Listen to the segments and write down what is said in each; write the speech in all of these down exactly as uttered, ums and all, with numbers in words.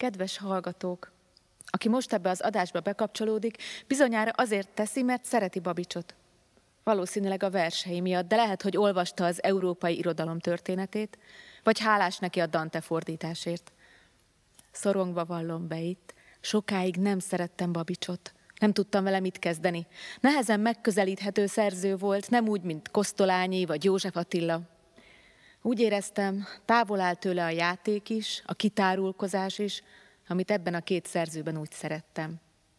Kedves hallgatók, aki most ebbe az adásba bekapcsolódik, bizonyára azért teszi, mert szereti Babicsot. Valószínűleg a versei miatt, de lehet, hogy olvasta az európai irodalom történetét, vagy hálás neki a Dante fordításért. Szorongva vallom be itt, sokáig nem szerettem Babicsot. Nem tudtam vele mit kezdeni. Nehezen megközelíthető szerző volt, nem úgy, mint Kosztolányi vagy József Attila. Úgy éreztem, távol áll tőle a játék is, a kitárulkozás is, amit ebben a két szerzőben úgy szerettem.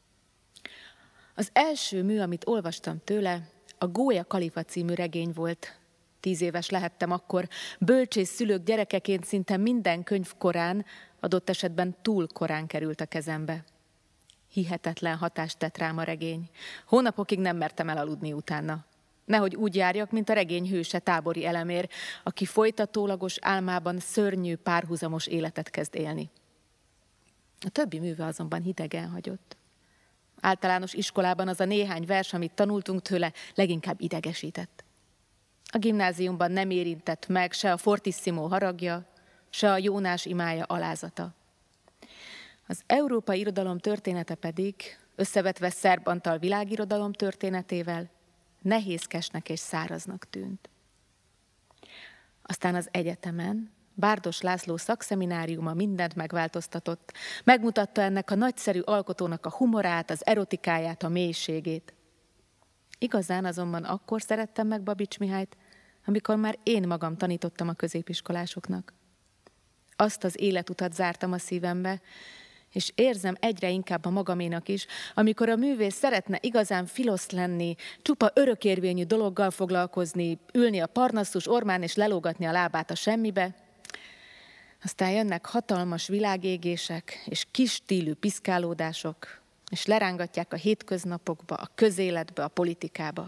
Az első mű, amit olvastam tőle, a Gólya Kalifa című regény volt. Tíz éves lehettem akkor, bölcsész szülők gyerekeként szinte minden könyv korán, adott esetben túl korán került a kezembe. Hihetetlen hatást tett rám a regény. Hónapokig nem mertem elaludni utána. Nehogy úgy járjak, mint a regény hőse, Tábori Elemér, aki folytatólagos álmában szörnyű, párhuzamos életet kezd élni. A többi műve azonban hidegen hagyott. Általános iskolában az a néhány vers, amit tanultunk tőle, leginkább idegesített. A gimnáziumban nem érintett meg se a fortissimo haragja, se a Jónás imája alázata. Az európai irodalom története pedig, összevetve Szerb Antal világirodalom történetével, nehézkesnek és száraznak tűnt. Aztán az egyetemen Bárdos László szakszemináriuma mindent megváltoztatott, megmutatta ennek a nagyszerű alkotónak a humorát, az erotikáját, a mélységét. Igazán azonban akkor szerettem meg Babics Mihályt, amikor már én magam tanítottam a középiskolásoknak. Azt az életutat zártam a szívembe, és érzem egyre inkább a magaménak is, amikor a művész szeretne igazán filosz lenni, csupa örökérvényű dologgal foglalkozni, ülni a Parnaszus ormán és lelógatni a lábát a semmibe. Aztán jönnek hatalmas világégések és kis stílű piszkálódások, és lerángatják a hétköznapokba, a közéletbe, a politikába.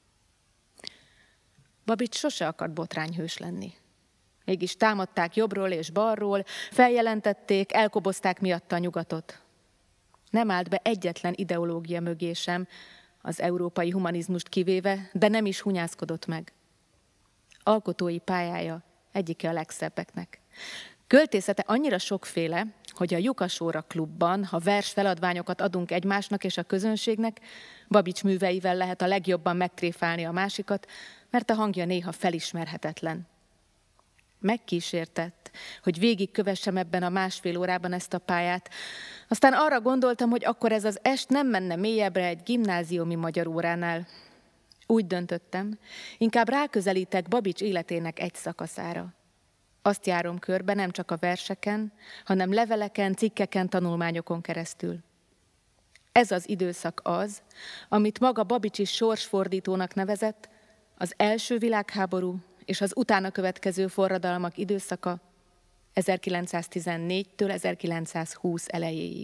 Babics sose akart botrányhős lenni. Mégis támadták jobbról és balról, feljelentették, elkobozták miatta a nyugatot. Nem állt be egyetlen ideológia mögé sem, az európai humanizmust kivéve, de nem is hunyászkodott meg. Alkotói pályája egyike a legszebbeknek. Költészete annyira sokféle, hogy a Lyukasóra klubban, ha vers feladványokat adunk egymásnak és a közönségnek, Babics műveivel lehet a legjobban megtréfálni a másikat, mert a hangja néha felismerhetetlen. Megkísértett, hogy végigkövessem ebben a másfél órában ezt a pályát. Aztán arra gondoltam, hogy akkor ez az est nem menne mélyebbre egy gimnáziumi magyar óránál. Úgy döntöttem, inkább ráközelítek Babics életének egy szakaszára. Azt járom körbe nem csak a verseken, hanem leveleken, cikkeken, tanulmányokon keresztül. Ez az időszak az, amit maga Babics is sorsfordítónak nevezett, az első világháború és az utána következő forradalmak időszaka ezerkilencszáztizennégytől ezerkilencszázhúsz elejéig.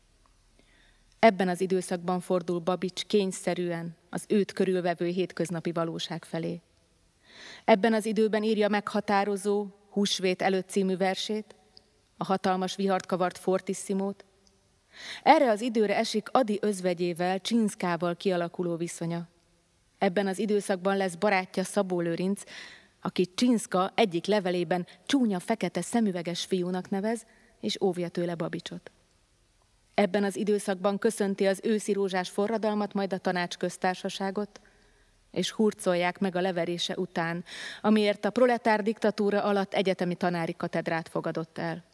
Ebben az időszakban fordul Babics kényszerűen az őt körülvevő hétköznapi valóság felé. Ebben az időben írja meghatározó Húsvét előtt című versét, a hatalmas vihart kavart fortissimót. Erre az időre esik Ady özvegyével, Csinszkával kialakuló viszonya. Ebben az időszakban lesz barátja Szabó Lőrinc, akit Csinszka egyik levelében csúnya fekete szemüveges fiúnak nevez, és óvja tőle Babicsot. Ebben az időszakban köszönti az őszi rózsás forradalmat, majd a tanácsköztársaságot, és hurcolják meg a leverése után, amiért a proletár diktatúra alatt egyetemi tanári katedrát fogadott el.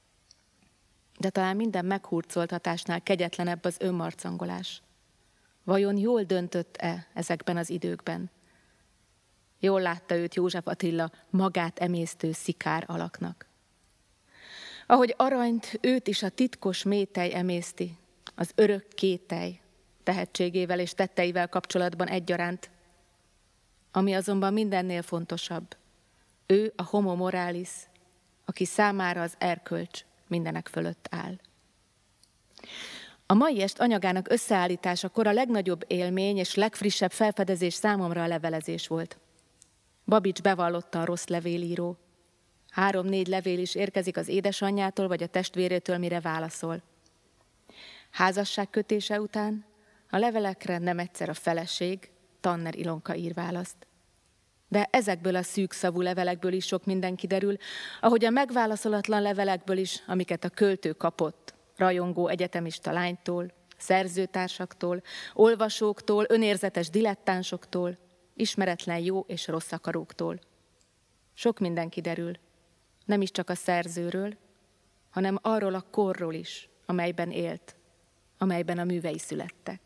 De talán minden meghurcoltatásnál kegyetlenebb az önmarcangolás. Vajon jól döntött-e ezekben az időkben? Jól látta őt József Attila magát emésztő szikár alaknak. Ahogy aranyt, őt is a titkos métej emészti, az örök kételj tehetségével és tetteivel kapcsolatban egyaránt. Ami azonban mindennél fontosabb, ő a homo moralis, aki számára az erkölcs mindenek fölött áll. A mai est anyagának összeállításakor a legnagyobb élmény és legfrissebb felfedezés számomra a levelezés volt. Babics bevallotta a rossz levélíró. Három-négy levél is érkezik az édesanyjától vagy a testvérétől, mire válaszol. Házasság kötése után a levelekre nem egyszer a feleség, Tanner Ilonka ír választ. De ezekből a szűkszavú levelekből is sok minden kiderül, ahogy a megválaszolatlan levelekből is, amiket a költő kapott, rajongó egyetemista lánytól, szerzőtársaktól, olvasóktól, önérzetes dilettánsoktól, ismeretlen jó és rossz akaróktól. Sok minden kiderül, nem is csak a szerzőről, hanem arról a korról is, amelyben élt, amelyben a művei születtek.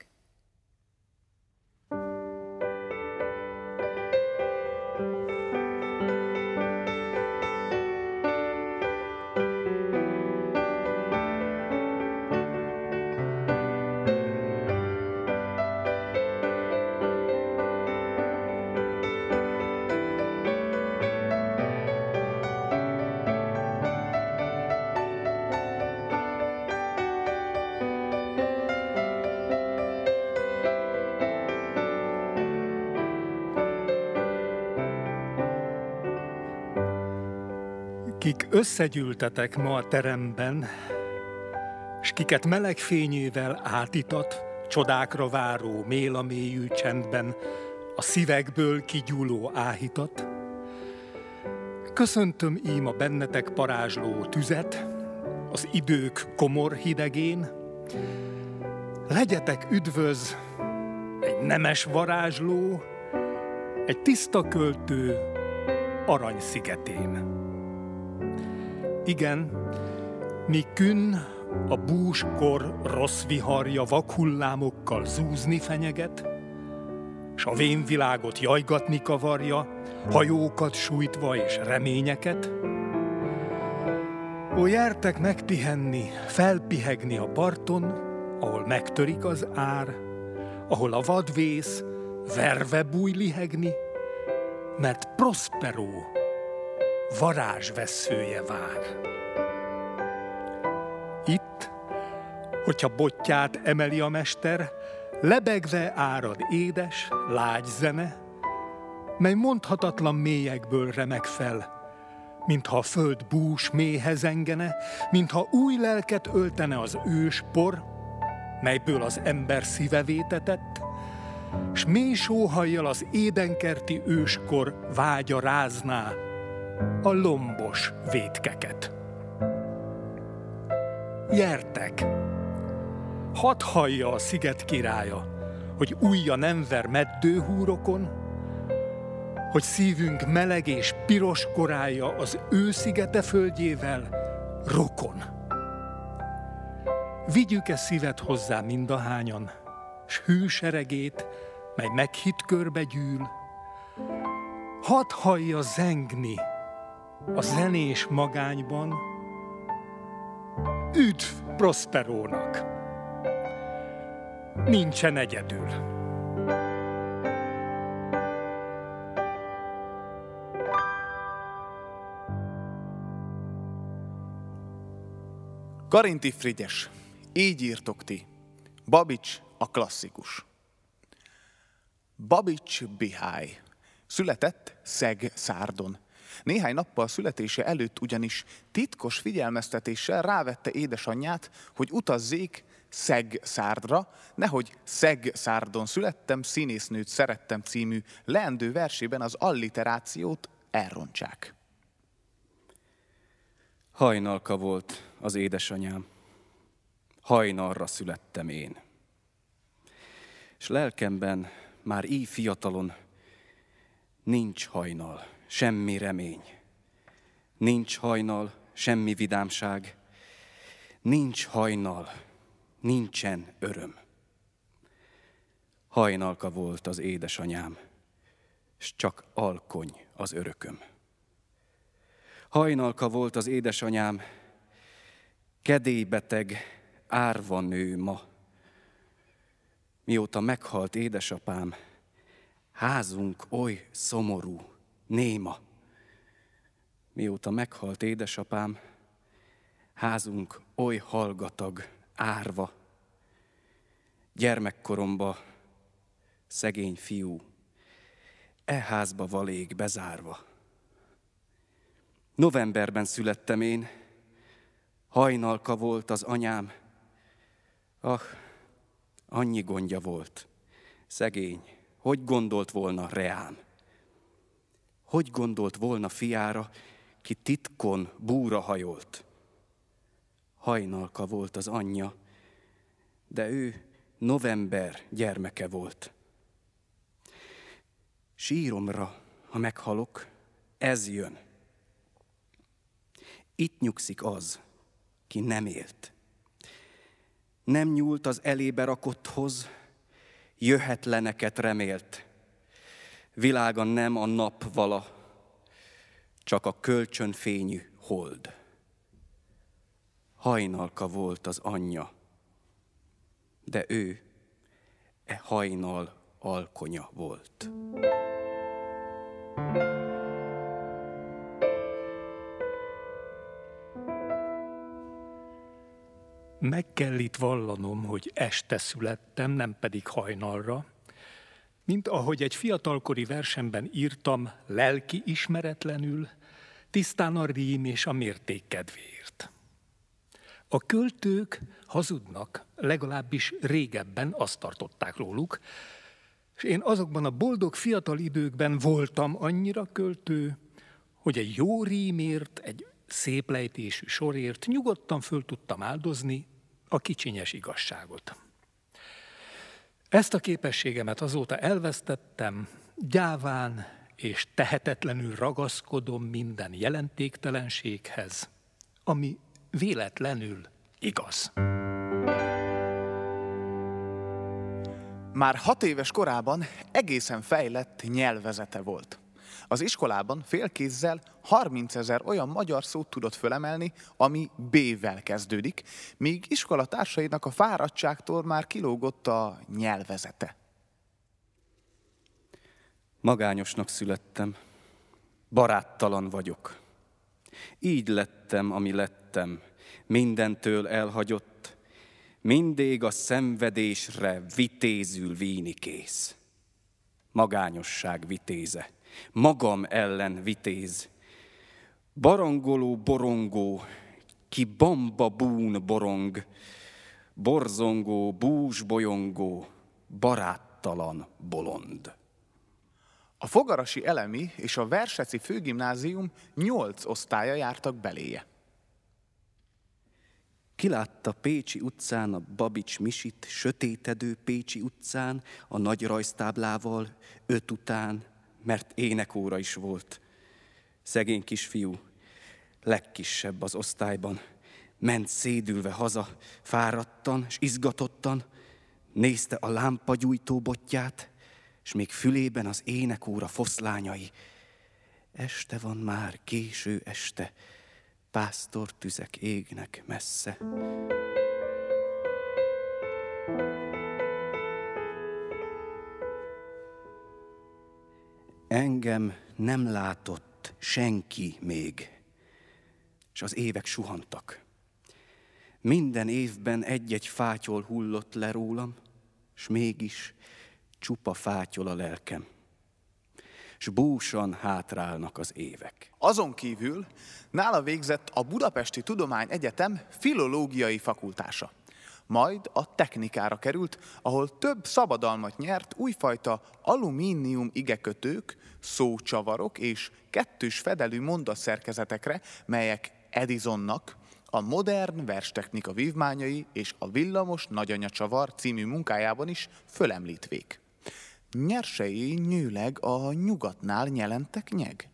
Kik összegyűltetek ma a teremben, s kiket meleg fényével átítat, csodákra váró mélamélyű csendben a szívekből kigyúló áhítat. Köszöntöm ím a bennetek parázsló tüzet, az idők komor hidegén. Legyetek üdvöz, egy nemes varázsló, egy tiszta költő aranyszigetén. Igen, mi künn a búskor rossz viharja vakhullámokkal zúzni fenyeget, s a vénvilágot jajgatni kavarja, hajókat sújtva és reményeket. Ó, gyertek megpihenni, felpihegni a parton, ahol megtörik az ár, ahol a vadvész verve búj lihegni, mert Prospero varázsvesszője vár. Itt, hogyha botját emeli a mester, lebegve árad édes, lágy zene, mely mondhatatlan mélyekből remek fel, mintha a föld bús mélyhez engene, mintha új lelket öltene az ős por, melyből az ember szíve vétetett, s mély sóhajjal az édenkerti őskor vágya rázná a lombos vétkeket. Gyertek! Hadd hallja a sziget királya, hogy ujja nem ver meddőhúrokon, hogy szívünk meleg és piros korálya az ő szigete földjével rokon. Vigyük-e szívet hozzá mindahányan, s hű seregét, mely meghitt körbe gyűl, hadd hallja zengni a zenés magányban, üdv Prosperónak! Nincsen egyedül. Karinti Frigyes, így írtok ti. Babics a klasszikus. Babics Bihály született Szegszárdon. Néhány nappal születése előtt ugyanis titkos figyelmeztetéssel rávette édesanyját, hogy utazzék Szegszárdra, nehogy Szegszárdon születtem, színésznőt szerettem című leendő versében az alliterációt elrontsák. Hajnalka volt az édesanyám, hajnalra születtem én. És lelkemben már így fiatalon nincs hajnal, semmi remény. Nincs hajnal, semmi vidámság. Nincs hajnal, nincsen öröm. Hajnalka volt az édesanyám, s csak alkony az örököm. Hajnalka volt az édesanyám, kedélybeteg, árva nő ma. Mióta meghalt édesapám, házunk oly szomorú, néma. Mióta meghalt édesapám, házunk oly hallgatag, árva. Gyermekkoromba szegény fiú, e házba valég bezárva. Novemberben születtem én, hajnalka volt az anyám. Ah, annyi gondja volt, szegény, hogy gondolt volna reám. Hogy gondolt volna fiára, ki titkon búra hajolt? Hajnalka volt az anyja, de ő november gyermeke volt. Síromra, ha meghalok, ez jön. Itt nyugszik az, ki nem élt. Nem nyúlt az elébe rakotthoz, jöhetleneket remélt. Világa nem a nap vala, csak a kölcsönfényű hold. Hajnalka volt az anyja, de ő e hajnal alkonya volt. Meg kell itt vallanom, hogy este születtem, nem pedig hajnalra, mint ahogy egy fiatalkori versemben írtam, lelki ismeretlenül, tisztán a rím és a mérték kedvéért. A költők hazudnak, legalábbis régebben azt tartották róluk, és én azokban a boldog fiatal időkben voltam annyira költő, hogy egy jó rímért, egy szép lejtésű sorért nyugodtan föl tudtam áldozni a kicsinyes igazságot. Ezt a képességemet azóta elvesztettem, gyáván és tehetetlenül ragaszkodom minden jelentéktelenséghez, ami véletlenül igaz. Már hat éves korában egészen fejlett nyelvezete volt. Az iskolában félkézzel harmincezer olyan magyar szót tudott fölemelni, ami B-vel kezdődik, míg iskolatársainak a fáradtságtól már kilógott a nyelvezete. Magányosnak születtem, baráttalan vagyok. Így lettem, ami lettem, mindentől elhagyott, mindig a szenvedésre vitézül víni kész. Magányosság vitéze, magam ellen vitéz. Barangoló borongó, ki bamba bún borong, borzongó, bús bolyongó, baráttalan bolond. A Fogarasi Elemi és a Verseci Főgimnázium nyolc osztálya jártak beléje. Kilátta Pécsi utcán a Babics Misit, sötétedő Pécsi utcán, a nagy rajztáblával, öt után, mert énekóra is volt. Szegény kisfiú, legkisebb az osztályban, ment szédülve haza, fáradtan és izgatottan, nézte a lámpagyújtó botját, s még fülében az énekóra foszlányai. Este van már, késő este, pásztortüzek égnek messze. Engem nem látott senki még, és az évek suhantak. Minden évben egy-egy fátyol hullott le rólam, s mégis csupa fátyol a lelkem, s búsan hátrálnak az évek. Azon kívül nála végzett a Budapesti Tudományegyetem filológiai fakultása. Majd a technikára került, ahol több szabadalmat nyert újfajta alumínium igekötők, szócsavarok és kettős fedelű mondatszerkezetekre, melyek Edisonnak a modern verstechnika vívmányai és a villamos nagyanyacsavar című munkájában is fölemlítvék. Nyersei nyőleg a nyugatnál nyelentek nyeg.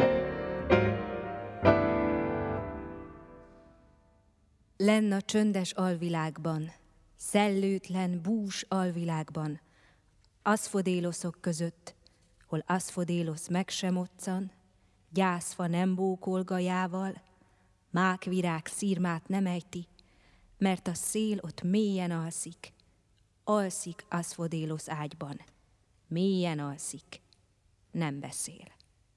Lenn a csöndes alvilágban, szellőtlen, bús alvilágban, aszfodéloszok között, hol aszfodélosz meg sem moccan, gyászfa nem bókol gajával, mákvirág szírmát nem ejti, mert a szél ott mélyen alszik, alszik aszfodélosz ágyban, mélyen alszik, nem beszél.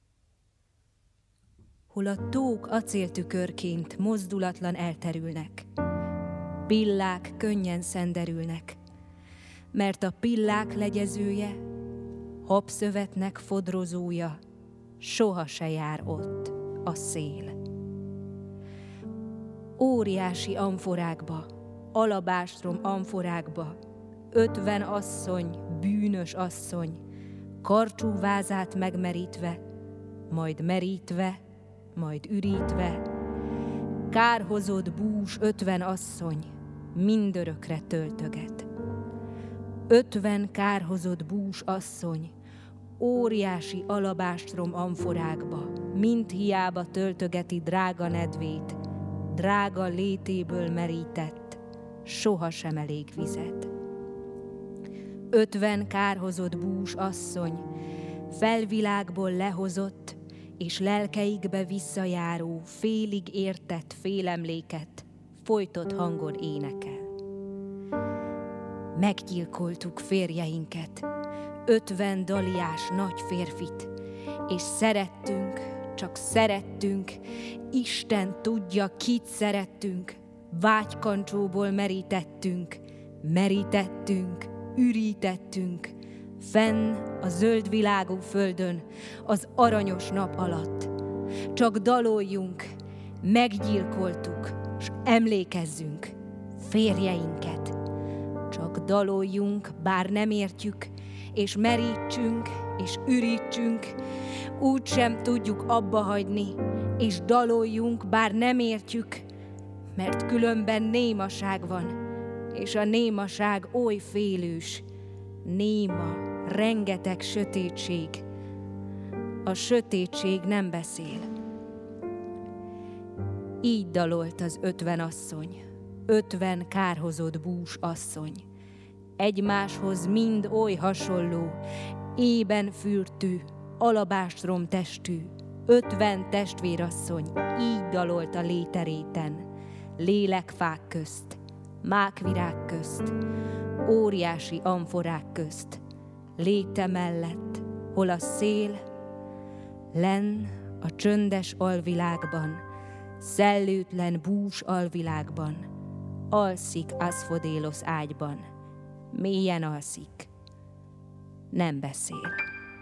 Hol a tók acéltükörként mozdulatlan elterülnek, pillák könnyen szenderülnek, mert a pillák legyezője, habszövetnek fodrozója, soha se jár ott a szél. Óriási amforákba, alabástrom amforákba, ötven asszony, bűnös asszony, karcsú vázát megmerítve, majd merítve, majd ürítve, kárhozott bús ötven asszony mindörökre töltöget. Ötven kárhozott bús asszony óriási alabástrom amforákba, mint hiába töltögeti drága nedvét, drága létéből merített, sohasem elég vizet. Ötven kárhozott bús asszony felvilágból lehozott, és lelkeikbe visszajáró, félig értett félemléket folytott hangon énekel. Meggyilkoltuk férjeinket, ötven daliás nagy férfit, és szerettünk, csak szerettünk, Isten tudja, kit szerettünk, vágykancsóból merítettünk, merítettünk, ürítettünk, fenn a zöld világú földön, az aranyos nap alatt. Csak daloljunk, meggyilkoltuk, s emlékezzünk férjeinket. Csak daloljunk, bár nem értjük, és merítsünk, és ürítsünk, úgy sem tudjuk abba hagyni, és daloljunk, bár nem értjük, mert különben némaság van, és a némaság oly félős, néma, rengeteg sötétség. A sötétség nem beszél. Így dalolt az ötven asszony, ötven kárhozott bús asszony. Egymáshoz mind oly hasonló, ében fürtű, alabástrom testű, ötven testvérasszony így dalolt a léteréten, lélekfák közt, mákvirág közt, óriási amforák közt, léte mellett, hol a szél, lenn a csöndes alvilágban, szellőtlen bús alvilágban, alszik Aszfodélosz ágyban, mélyen alszik, nem beszél.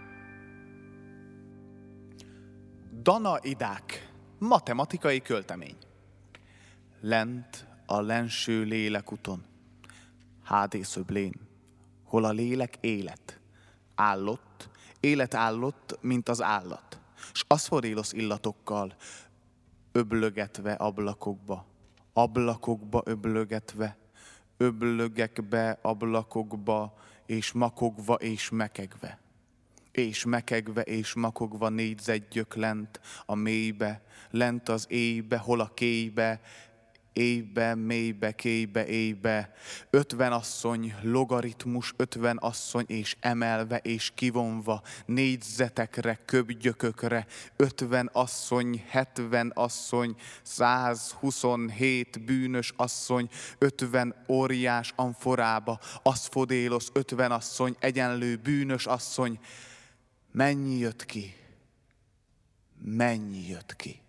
Danaidák, matematikai költemény. Lent a lenső lélekuton, hádészöblén, hol a lélek élet, állott, élet állott, mint az állat, s Aszfodélosz illatokkal öblögetve ablakokba, ablakokba öblögetve, öblögekbe, ablakokba, és makogva, és mekegve. És mekegve, és makogva négyzetgyök lent a mélybe, lent az éjbe, hol a kéjbe, éjbe, mélybe, kéjbe, éjbe. Ötven asszony, logaritmus, ötven asszony, és emelve, és kivonva, négyzetekre, köbgyökökre, ötven asszony, hetven asszony, százhuszonhét bűnös asszony, ötven óriás amforába, Aszfodélosz, ötven asszony, egyenlő bűnös asszony. Mennyi jött ki? Mennyi jött ki?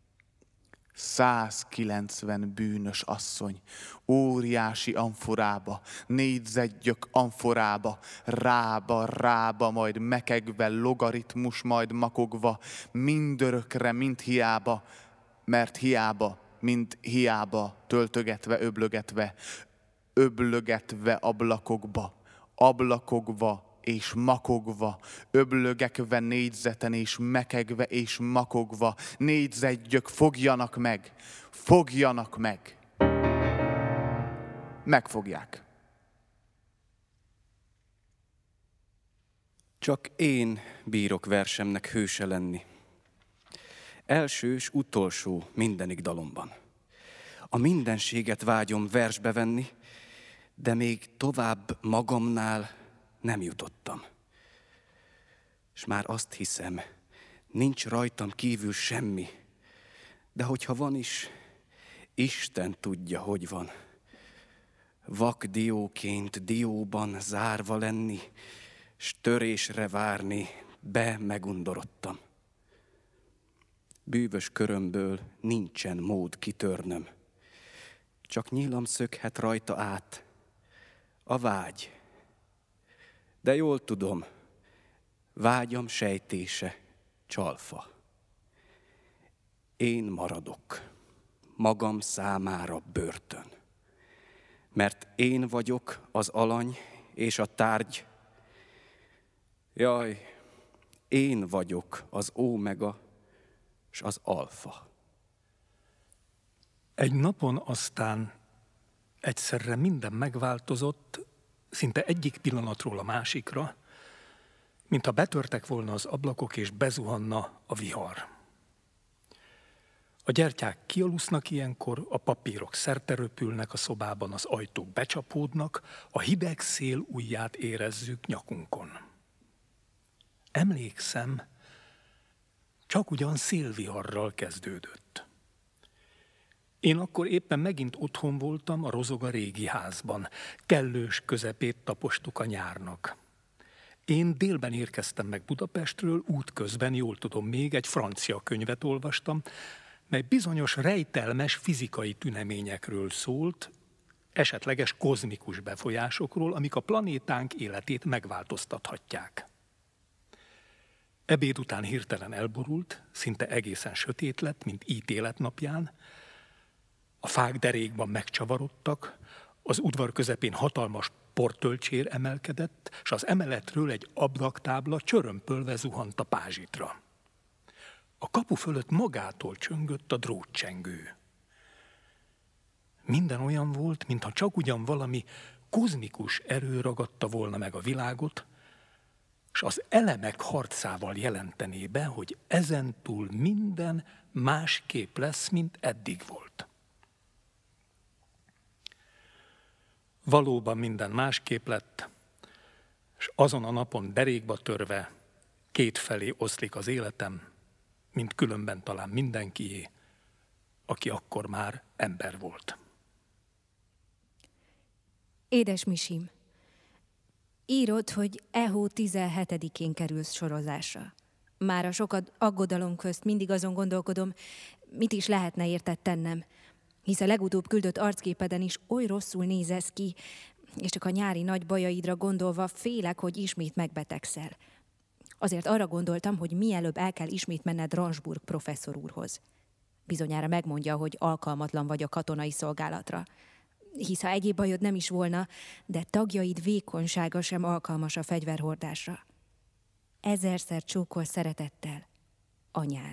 százkilencven bűnös asszony, óriási amforába, négyzetgyök amforába, rába, rába, majd mekegve, logaritmus, majd makogva, mindörökre, mind hiába, mert hiába, mind hiába, töltögetve, öblögetve, öblögetve ablakokba, ablakokba, és makogva, öblögekve négyzeten, és mekegve, és makogva, négyzetgyök, fogjanak meg, fogjanak meg. Megfogják. Csak én bírok versemnek hőse lenni. Első s utolsó mindenik dalomban. A mindenséget vágyom versbe venni, de még tovább magamnál nem jutottam. És már azt hiszem, nincs rajtam kívül semmi, de hogyha van is, Isten tudja, hogy van. Vak dióként dióban zárva lenni, s törésre várni, be megundorodtam. Bűvös körömből nincsen mód kitörnöm, csak nyílam szökhet rajta át a vágy. De jól tudom, vágyam sejtése csalfa. Én maradok, magam számára börtön, mert én vagyok az alany és a tárgy. Jaj, én vagyok az ómega és az alfa. Egy napon aztán egyszerre minden megváltozott, szinte egyik pillanatról a másikra, mintha betörtek volna az ablakok és bezuhanna a vihar. A gyertyák kialusznak ilyenkor, a papírok szerteröpülnek a szobában, az ajtók becsapódnak, a hideg szél ujját érezzük nyakunkon. Emlékszem, csak ugyan szélviharral kezdődött. Én akkor éppen megint otthon voltam a Rozoga régi házban. Kellős közepét tapostuk a nyárnak. Én délben érkeztem meg Budapestről, útközben, jól tudom még, egy francia könyvet olvastam, mely bizonyos rejtelmes fizikai tüneményekről szólt, esetleges kozmikus befolyásokról, amik a planétánk életét megváltoztathatják. Ebéd után hirtelen elborult, szinte egészen sötét lett, mint ítélet napján. A fák derékban megcsavarodtak, az udvar közepén hatalmas portölcsér emelkedett, és az emeletről egy ablaktábla csörömpölve zuhant a pázsitra. A kapu fölött magától csöngött a drótcsengő. Minden olyan volt, mintha csak ugyan valami kozmikus erő ragadta volna meg a világot, és az elemek harcával jelentené be, hogy ezentúl minden másképp lesz, mint eddig volt. Valóban minden másképp lett, és azon a napon derékba törve kétfelé oszlik az életem, mint különben talán mindenkié, aki akkor már ember volt. Édes Misim, írod, hogy e hó tizenhetedikén kerülsz sorozásra. Már a sokat aggodalom közt mindig azon gondolkodom, mit is lehetne érted tennem, hisz a legutóbb küldött arcképeden is oly rosszul nézesz ki, és csak a nyári nagy bajaidra gondolva félek, hogy ismét megbetegszel. Azért arra gondoltam, hogy mielőbb el kell ismét menned Ransburg professzor úrhoz. Bizonyára megmondja, hogy alkalmatlan vagy a katonai szolgálatra. Hisz ha egyéb bajod nem is volna, de tagjaid vékonysága sem alkalmas a fegyverhordásra. Ezerszer csókol szeretettel, anyád.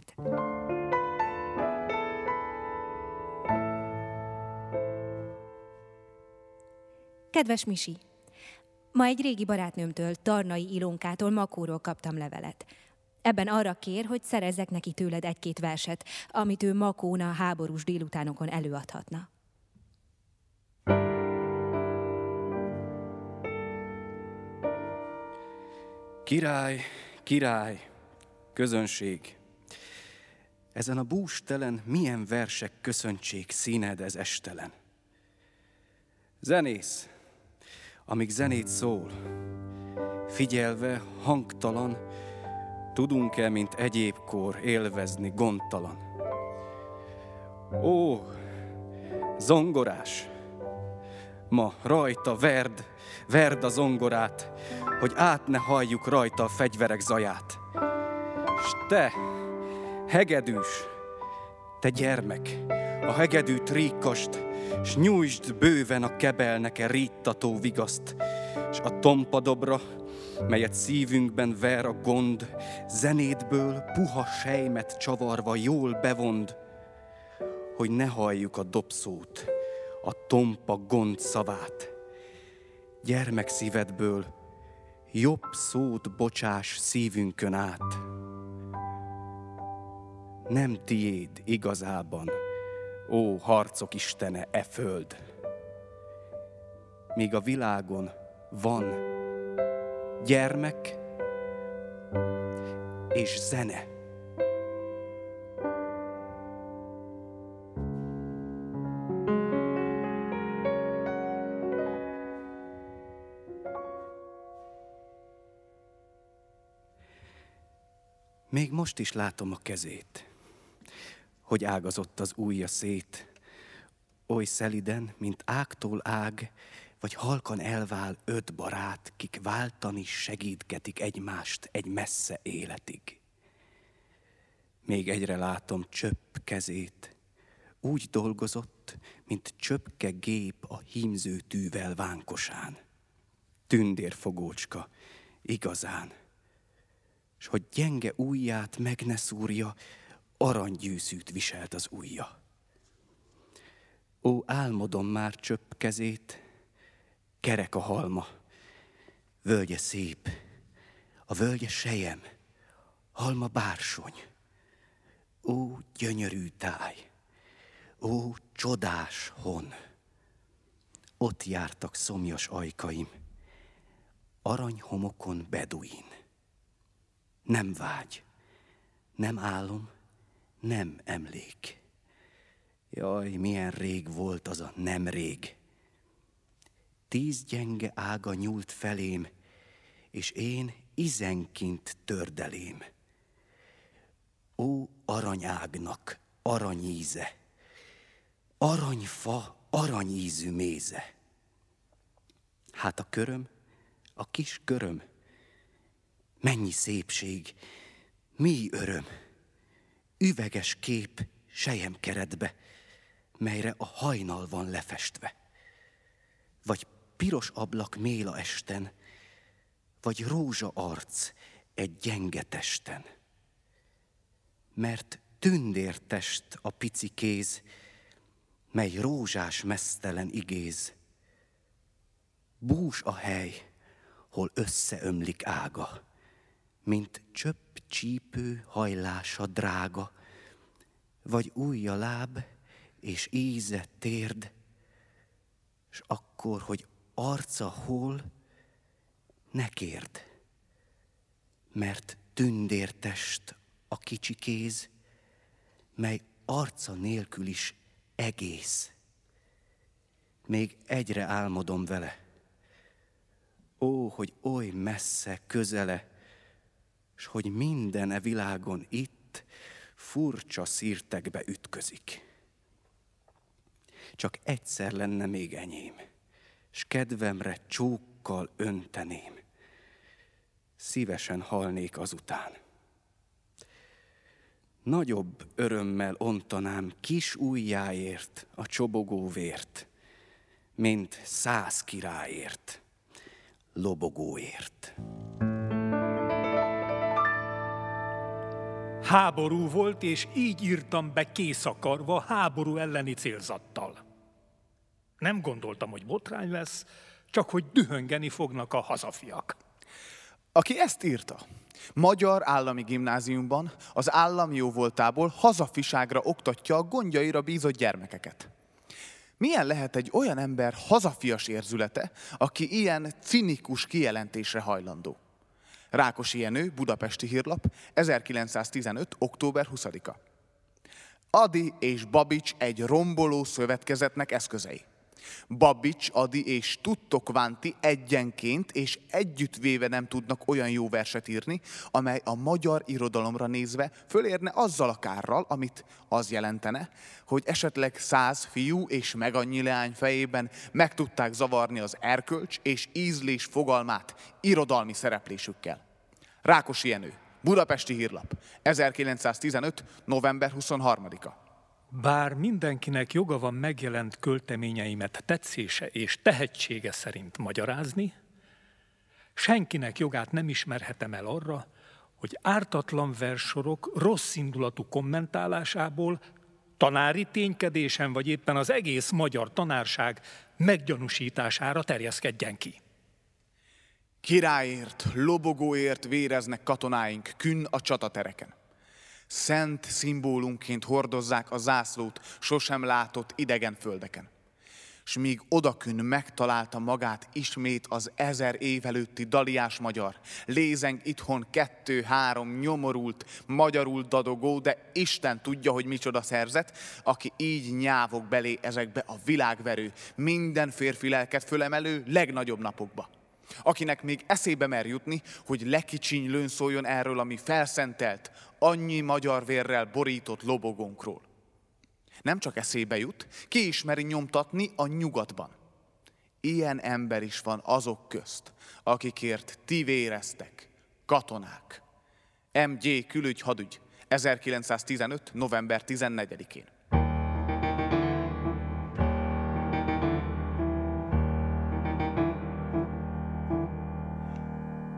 Kedves Misi, ma egy régi barátnőmtől, Tarnai Ilonkától, Makóról kaptam levelet. Ebben arra kér, hogy szerezzek neki tőled egy-két verset, amit ő Makón a háborús délutánokon előadhatna. Király, király, közönség, ezen a bústelen milyen versek köszöntsék színed ez estelen. Zenész, amíg zenét szól, figyelve hangtalan, tudunk-e, mint egyébkor élvezni gondtalan. Ó, zongorás, ma rajta verd, verd a zongorát, hogy át ne halljuk rajta a fegyverek zaját. S te, hegedűs, te gyermek, a hegedűt ríkast, s nyújtsd bőven a kebelneke ríttató vigaszt, s a tompa dobra, melyet szívünkben ver a gond, zenédből puha sejmet csavarva jól bevond, hogy ne halljuk a dobszót, a tompa gond szavát. Gyermekszívedből jobb szót bocsás szívünkön át. Nem tiéd igazában, ó harcok istene, e föld. Míg a világon van gyermek és zene. Még most is látom a kezét, hogy ágazott az ujja szét, oly szeliden, mint ágtól ág, vagy halkan elvál öt barát, kik váltani segítgetik egymást egy messze életig. Még egyre látom csöpp kezét, úgy dolgozott, mint csöpke gép a hímző tűvel vánkosán. Tündérfogócska, igazán, s hogy gyenge ujját meg ne szúrja, aranygyűszűt viselt az ujja. Ó, álmodom már csöpp kezét, kerek a halma, völgye szép, a völgye sejem, halma bársony. Ó, gyönyörű táj, ó, csodás hon. Ott jártak szomjas ajkaim, aranyhomokon beduin. Nem vágy, nem álom, nem emlék. Jaj, milyen rég volt az a nem rég. Tíz gyenge ága nyúlt felém, és én izenként tördelém. Ó, aranyágnak aranyíze, aranyfa, aranyízű méze. Hát a köröm, a kis köröm, mennyi szépség, mi öröm, üveges kép selyemkeretbe, melyre a hajnal van lefestve. Vagy piros ablak méla esten, vagy rózsa arc egy gyenge testen. Mert tündértest a pici kéz, mely rózsás meztelen igéz. Bús a hely, hol összeömlik ága, mint csöpp csípő hajlása drága, vagy ujja láb és íze térd, s akkor, hogy arca hol, ne kérd, mert tündértest a kicsi kéz, mely arca nélkül is egész. Még egyre álmodom vele, ó, hogy oly messze közele, s hogy minden e világon itt furcsa szírtekbe ütközik. Csak egyszer lenne még enyém, s kedvemre csókkal önteném. Szívesen halnék azután. Nagyobb örömmel ontanám kis ujjáért a csobogó vért, mint száz királyért, lobogóért. Háború volt, és így írtam be kész akarva, háború elleni célzattal. Nem gondoltam, hogy botrány lesz, csak hogy dühöngeni fognak a hazafiak. Aki ezt írta, Magyar Állami Gimnáziumban, az állam jóvoltából hazafiságra oktatja a gondjaira bízott gyermekeket. Milyen lehet egy olyan ember hazafias érzülete, aki ilyen cinikus kijelentésre hajlandó? Rákosi Jenő, Budapesti Hírlap, ezerkilencszáztizenöt. október huszadika. Ady és Babics egy romboló szövetkezetnek eszközei. Babics, Ady és Tuttok-Vánti egyenként és együttvéve nem tudnak olyan jó verset írni, amely a magyar irodalomra nézve fölérne azzal a kárral, amit az jelentene, hogy esetleg száz fiú és meg annyi leány fejében meg tudták zavarni az erkölcs és ízlés fogalmát irodalmi szereplésükkel. Rákosi Jenő, Budapesti Hírlap, ezerkilencszáztizenöt. november huszonharmadika. Bár mindenkinek joga van megjelent költeményeimet tetszése és tehetsége szerint magyarázni, senkinek jogát nem ismerhetem el arra, hogy ártatlan verssorok rosszindulatú kommentálásából tanári ténykedésen vagy éppen az egész magyar tanárság meggyanúsítására terjeszkedjen ki. Királyért, lobogóért véreznek katonáink künn a csatatereken. Szent szimbólumként hordozzák a zászlót sosem látott idegen földeken. S míg odakünn megtalálta magát ismét az ezer év előtti daliás magyar, lézeng itthon kettő-három nyomorult, magyarul dadogó, de Isten tudja, hogy micsoda szerzet, aki így nyávog belé ezekbe a világverő, minden férfi lelket fölemelő legnagyobb napokba. Akinek még eszébe mer jutni, hogy lekicsinylőn szóljon erről, ami felszentelt, annyi magyar vérrel borított lobogónkról. Nem csak eszébe jut, ki ismeri nyomtatni a nyugatban. Ilyen ember is van azok közt, akikért ti véreztek, katonák. em gé Külügy Hadügy, ezerkilencszáztizenöt. november tizennegyedikén.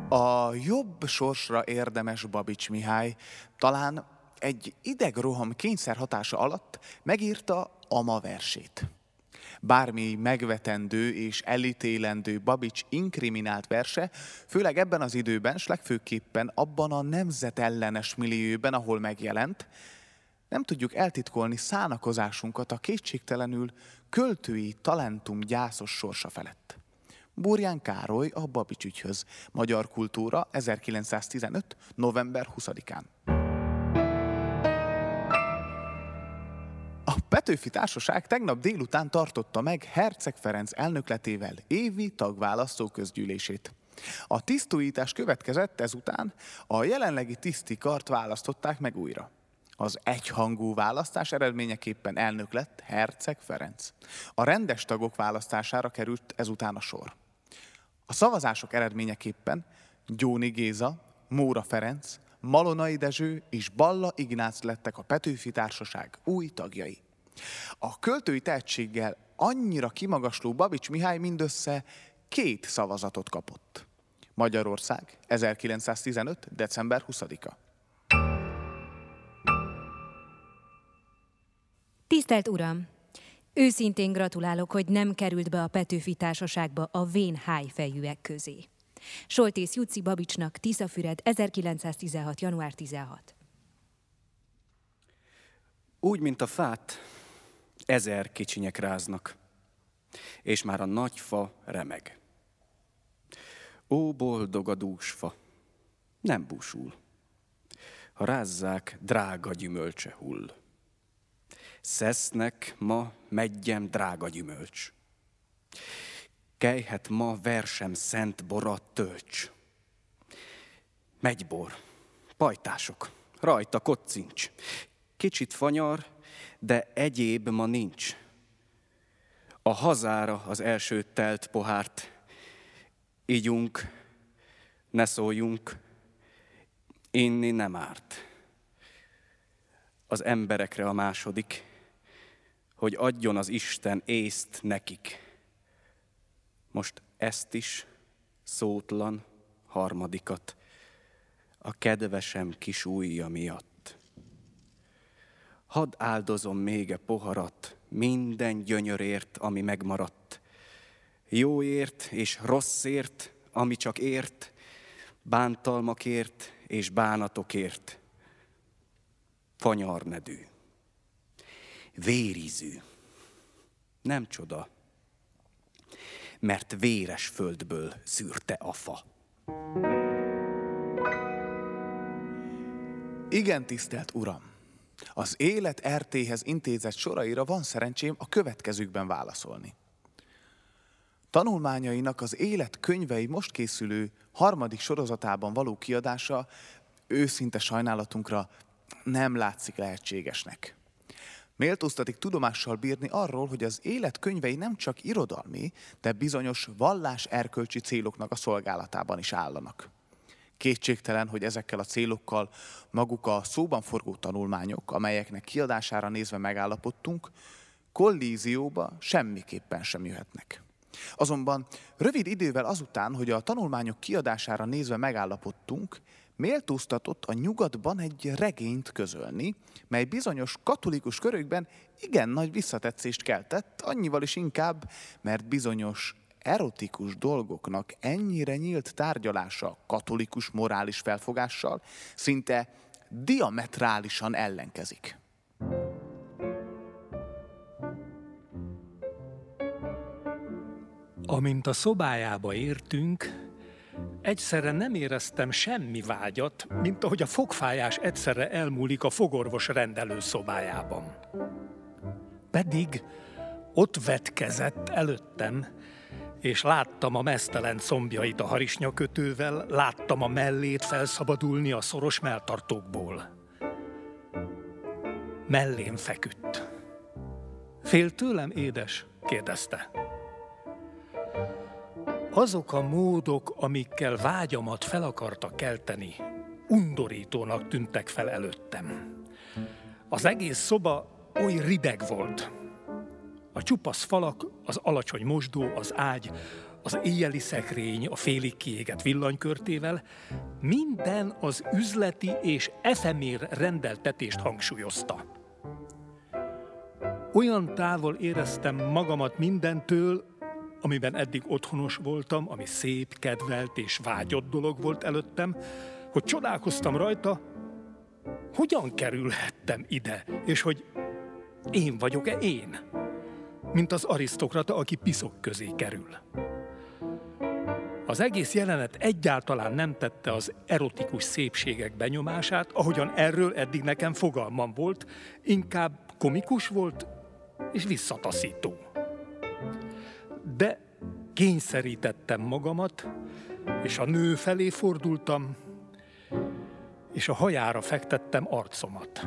A jobb sorsra érdemes Babics Mihály talán egy idegroham kényszer hatása alatt megírta Ama versét. Bármi megvetendő és elítélendő Babics inkriminált verse, főleg ebben az időben, s legfőképpen abban a nemzetellenes millióben, ahol megjelent, nem tudjuk eltitkolni szánakozásunkat a kétségtelenül költői talentum gyászos sorsa felett. Burján Károly a Babics ügyhöz. Magyar kultúra, ezerkilencszáztizenöt. november huszadikán. A Petőfi Társaság tegnap délután tartotta meg Herczeg Ferenc elnökletével évi tagválasztó közgyűlését. A tisztújítás következett, ezután a jelenlegi tiszti kart választották meg újra. Az egyhangú választás eredményeképpen elnök lett Herczeg Ferenc. A rendes tagok választására került ezután a sor. A szavazások eredményeképpen Gyóni Géza, Móra Ferenc, Malonai Dezső és Balla Ignác lettek a Petőfi Társaság új tagjai. A költői tehetséggel annyira kimagasló Babics Mihály mindössze két szavazatot kapott. Magyarország, ezerkilencszáztizenöt. december huszadika. Tisztelt Uram! Őszintén gratulálok, hogy nem került be a Petőfi Társaságba a vén hájfejűek közé. Soltész Juci Babicsnak, Tiszafüred, ezerkilencszáztizenhat. január tizenhatodika. Úgy, mint a fát, ezer kicsinyek ráznak, és már a nagy fa remeg. Ó, boldog a dús fa, nem búsul, ha rázzák, drága gyümölcse hull. Szesznek ma meggyem drága gyümölcs, kejhet ma versem szent borat tölcs. Megy bor, pajtások, rajta koccincs, kicsit fanyar, de egyéb ma nincs. A hazára az első telt pohárt, ígyunk, ne szóljunk, inni nem árt. Az emberekre a második, hogy adjon az Isten észt nekik. Most ezt is, szótlan harmadikat, a kedvesem kis ujja miatt. Hadd áldozom még e poharat minden gyönyörért, ami megmaradt. Jóért és rosszért, ami csak ért, bántalmakért és bánatokért. Fanyarnedű, vérizű, nem csoda, mert véres földből szűrte a fa. Igen, tisztelt Uram! Az Élet er té-hez intézett soraira van szerencsém a következőkben válaszolni. Tanulmányainak az Élet könyvei most készülő harmadik sorozatában való kiadása őszinte sajnálatunkra nem látszik lehetségesnek. Méltóztatik tudomással bírni arról, hogy az Élet könyvei nem csak irodalmi, de bizonyos vallás-erkölcsi céloknak a szolgálatában is állanak. Kétségtelen, hogy ezekkel a célokkal maguk a szóban forgó tanulmányok, amelyeknek kiadására nézve megállapodtunk, kollízióba semmiképpen sem jöhetnek. Azonban rövid idővel azután, hogy a tanulmányok kiadására nézve megállapodtunk, méltóztatott a nyugatban egy regényt közölni, mely bizonyos katolikus körökben igen nagy visszatetszést keltett, annyival is inkább, mert bizonyos erotikus dolgoknak ennyire nyílt tárgyalása katolikus morális felfogással szinte diametrálisan ellenkezik. Amint a szobájába értünk, egyszerre nem éreztem semmi vágyat, mint ahogy a fogfájás egyszerre elmúlik a fogorvos rendelő szobájában. Pedig ott vetkezett előttem, és láttam a meztelen combjait a harisnyakötővel, láttam a mellét felszabadulni a szoros melltartókból. Mellém feküdt. Fél tőlem, édes? Kérdezte. Azok a módok, amikkel vágyamat fel akarta kelteni, undorítónak tűntek fel előttem. Az egész szoba oly rideg volt. A csupasz falak, az alacsony mosdó, az ágy, az éjjeli szekrény a félig kiégett villanykörtével, minden az üzleti és efemér rendeltetést hangsúlyozta. Olyan távol éreztem magamat mindentől, amiben eddig otthonos voltam, ami szép, kedvelt és vágyott dolog volt előttem, hogy csodálkoztam rajta, hogyan kerülhettem ide, és hogy én vagyok-e én, mint az arisztokrata, aki piszok közé kerül. Az egész jelenet egyáltalán nem tette az erotikus szépségek benyomását, ahogyan erről eddig nekem fogalmam volt, inkább komikus volt és visszataszító. De kényszerítettem magamat, és a nő felé fordultam, és a hajára fektettem arcomat.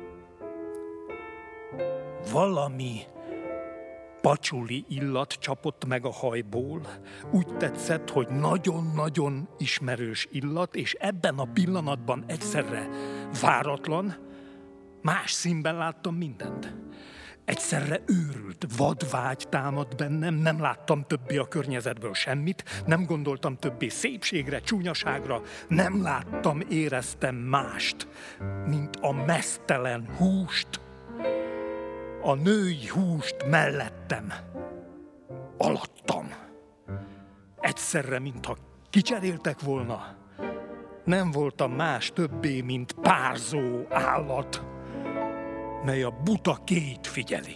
Valami pacsuli illat csapott meg a hajból, úgy tetszett, hogy nagyon-nagyon ismerős illat, és ebben a pillanatban egyszerre váratlan, más színben láttam mindent. Egyszerre őrült, vadvágy támadt bennem, nem láttam többé a környezetből semmit, nem gondoltam többé szépségre, csúnyaságra, nem láttam, éreztem mást, mint a meztelen húst, a női húst mellettem, alattam. Egyszerre, mintha kicseréltek volna, nem voltam más többé, mint párzó állat, mely a buta kéjt figyeli.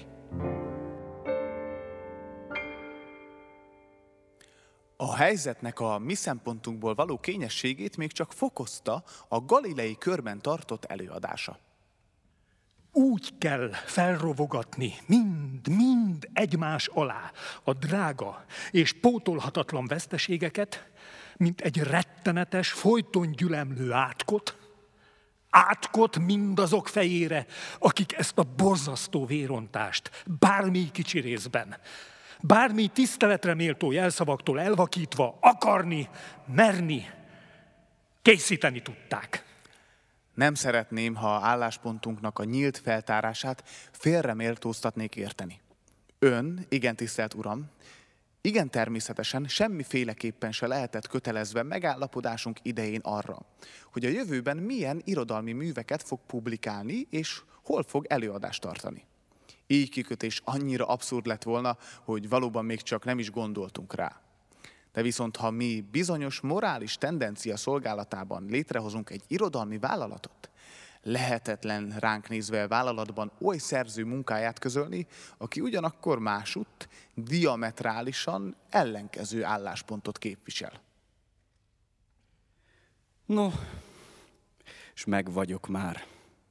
A helyzetnek a mi szempontunkból való kényességét még csak fokozta a galilei körben tartott előadása. Úgy kell felrovogatni mind, mind egymás alá a drága és pótolhatatlan veszteségeket, mint egy rettenetes, folyton gyülemlő átkot, átkot mindazok fejére, akik ezt a borzasztó vérontást bármi kicsi részben, bármi tiszteletre méltó jelszavaktól elvakítva akarni, merni, készíteni tudták. Nem szeretném, ha álláspontunknak a nyílt feltárását félreméltóztatnék érteni. Ön, igen tisztelt uram, igen természetesen semmiféleképpen se lehetett kötelezve megállapodásunk idején arra, hogy a jövőben milyen irodalmi műveket fog publikálni, és hol fog előadást tartani. Így kikötés annyira abszurd lett volna, hogy valóban még csak nem is gondoltunk rá. De viszont, ha mi bizonyos morális tendencia szolgálatában létrehozunk egy irodalmi vállalatot, lehetetlen ránk nézve vállalatban oly szerző munkáját közölni, aki ugyanakkor másutt diametrálisan ellenkező álláspontot képvisel. No, és meg vagyok már.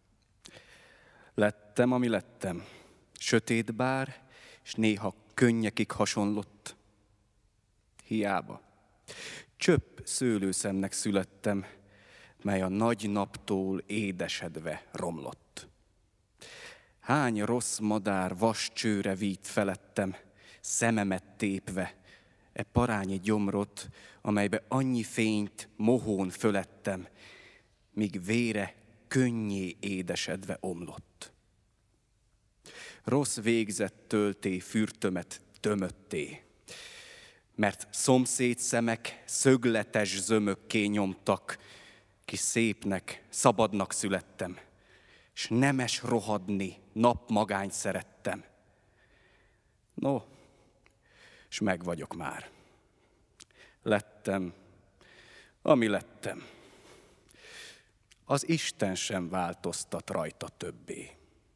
Lettem, ami lettem. Sötét bár, és néha könnyekig hasonlott. Hiába. Csöpp szőlőszemnek születtem, mely a nagy naptól édesedve romlott. Hány rossz madár vascsőre vít felettem, szememet tépve, e parányi gyomrot, amelybe annyi fényt mohón fölettem, míg vére könnyé édesedve omlott. Rossz végzett tölté fürtömet tömötté, mert szomszéd szemek szögletes zömökké nyomtak, ki szépnek, szabadnak születtem, s nemes rohadni napmagányt szerettem. No, s meg vagyok már. Lettem, ami lettem. Az Isten sem változtat rajta többé.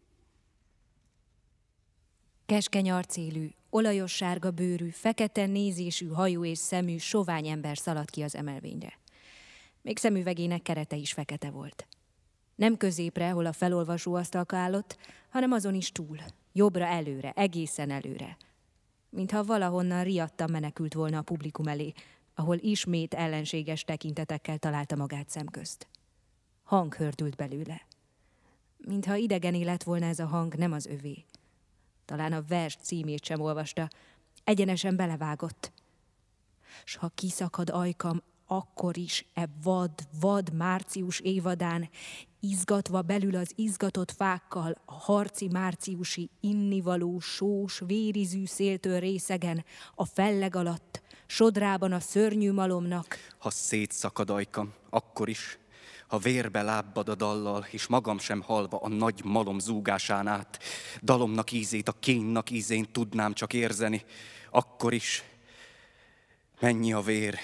Keskeny arcélű, olajos sárga bőrű, fekete nézésű hajú és szemű sovány ember szaladt ki az emelvényre. Még szemüvegének kerete is fekete volt. Nem középre, hol a felolvasó asztalka állott, hanem azon is túl, jobbra előre, egészen előre. Mintha valahonnan riadtan menekült volna a publikum elé, ahol ismét ellenséges tekintetekkel találta magát szemközt. Hang hördült belőle. Mintha idegen lett volna ez a hang, nem az övé. Talán a vers címét sem olvasta, egyenesen belevágott. S ha kiszakad ajkam, akkor is e vad, vad március évadán, izgatva belül az izgatott fákkal, a harci márciusi innivaló, sós, vérizű széltől részegen, a felleg alatt, sodrában a szörnyű malomnak. Ha szétszakad ajkam, akkor is, ha vérbe lábbad a dallal, és magam sem halva a nagy malom zúgásán át, dalomnak ízét, a kénynak ízén tudnám csak érzeni, akkor is, mennyi a vér,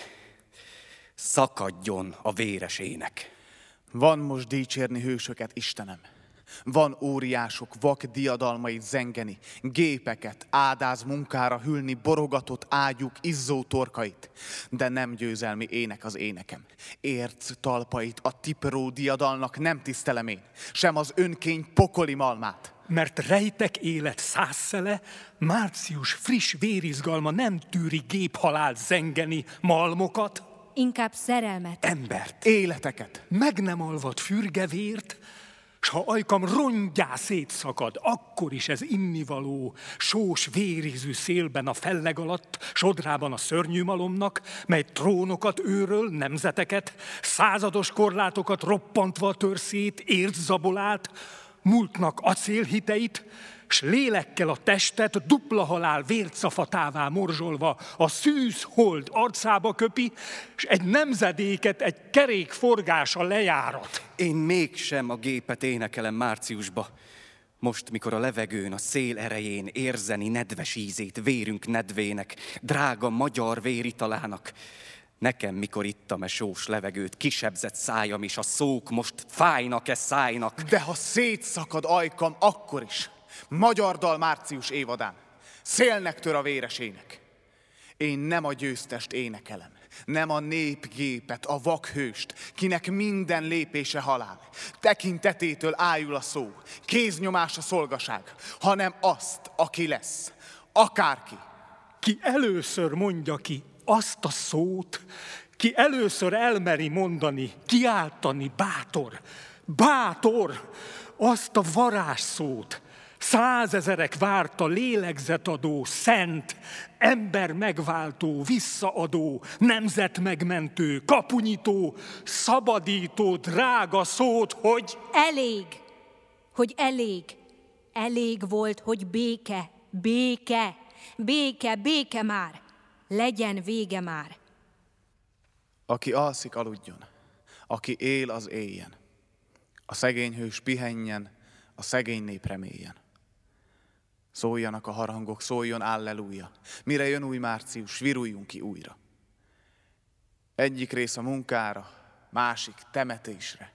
szakadjon a véres ének. Van most dicsérni hősöket, Istenem. Van óriások vak diadalmait zengeni, gépeket ádáz munkára hűlni, borogatott ágyuk izzó torkait. De nem győzelmi ének az énekem. Érc talpait a tipró diadalnak nem tisztelem én, sem az önkény pokoli malmát. Mert rejtek élet százszele, Március friss vérizgalma nem tűri géphalált zengeni malmokat, Inkább szerelmet. Embert. Életeket. meg nem alvad fürgevért, s ha ajkam rongyá szétszakad, akkor is ez innivaló, sós vérizű szélben a felleg alatt, sodrában a szörnyű malomnak, mely trónokat őröl, nemzeteket, százados korlátokat roppantva tör szét, értzabolát, múltnak acélhiteit, s lélekkel a testet dupla halál vércafatává morzsolva a szűz hold arcába köpi, s egy nemzedéket egy kerék forgása lejárat. Én mégsem a gépet énekelem márciusba. Most, mikor a levegőn, a szél erején érzeni nedves ízét vérünk nedvének, drága magyar véritalának. Nekem, mikor ittam e sós levegőt, kisebzett szájam is, a szók most fájnak-e szájnak. De ha szétszakad ajkam, akkor is. Magyar dal március évadán. Szélnek tör a véres ének. Én nem a győztest énekelem, nem a népgépet, a vakhőst, kinek minden lépése halál. Tekintetétől ájul a szó, kéznyomás a szolgaság, hanem azt, aki lesz, akárki. Ki először mondja ki azt a szót, ki először elmeri mondani, kiáltani bátor, bátor, azt a varázsszót, százezerek várta lélegzetadó, szent, ember megváltó, visszaadó, nemzet megmentő, kapunyító, szabadító, drága szót, hogy... Elég, hogy elég, elég volt, hogy béke, béke, béke, béke már, legyen vége már. Aki alszik, aludjon, aki él, az éljen. A szegény hős pihenjen, a szegény nép reméljen. Szóljanak a harangok, szóljon alleluja. Mire jön új március, viruljunk ki újra. Egyik rész a munkára, másik temetésre.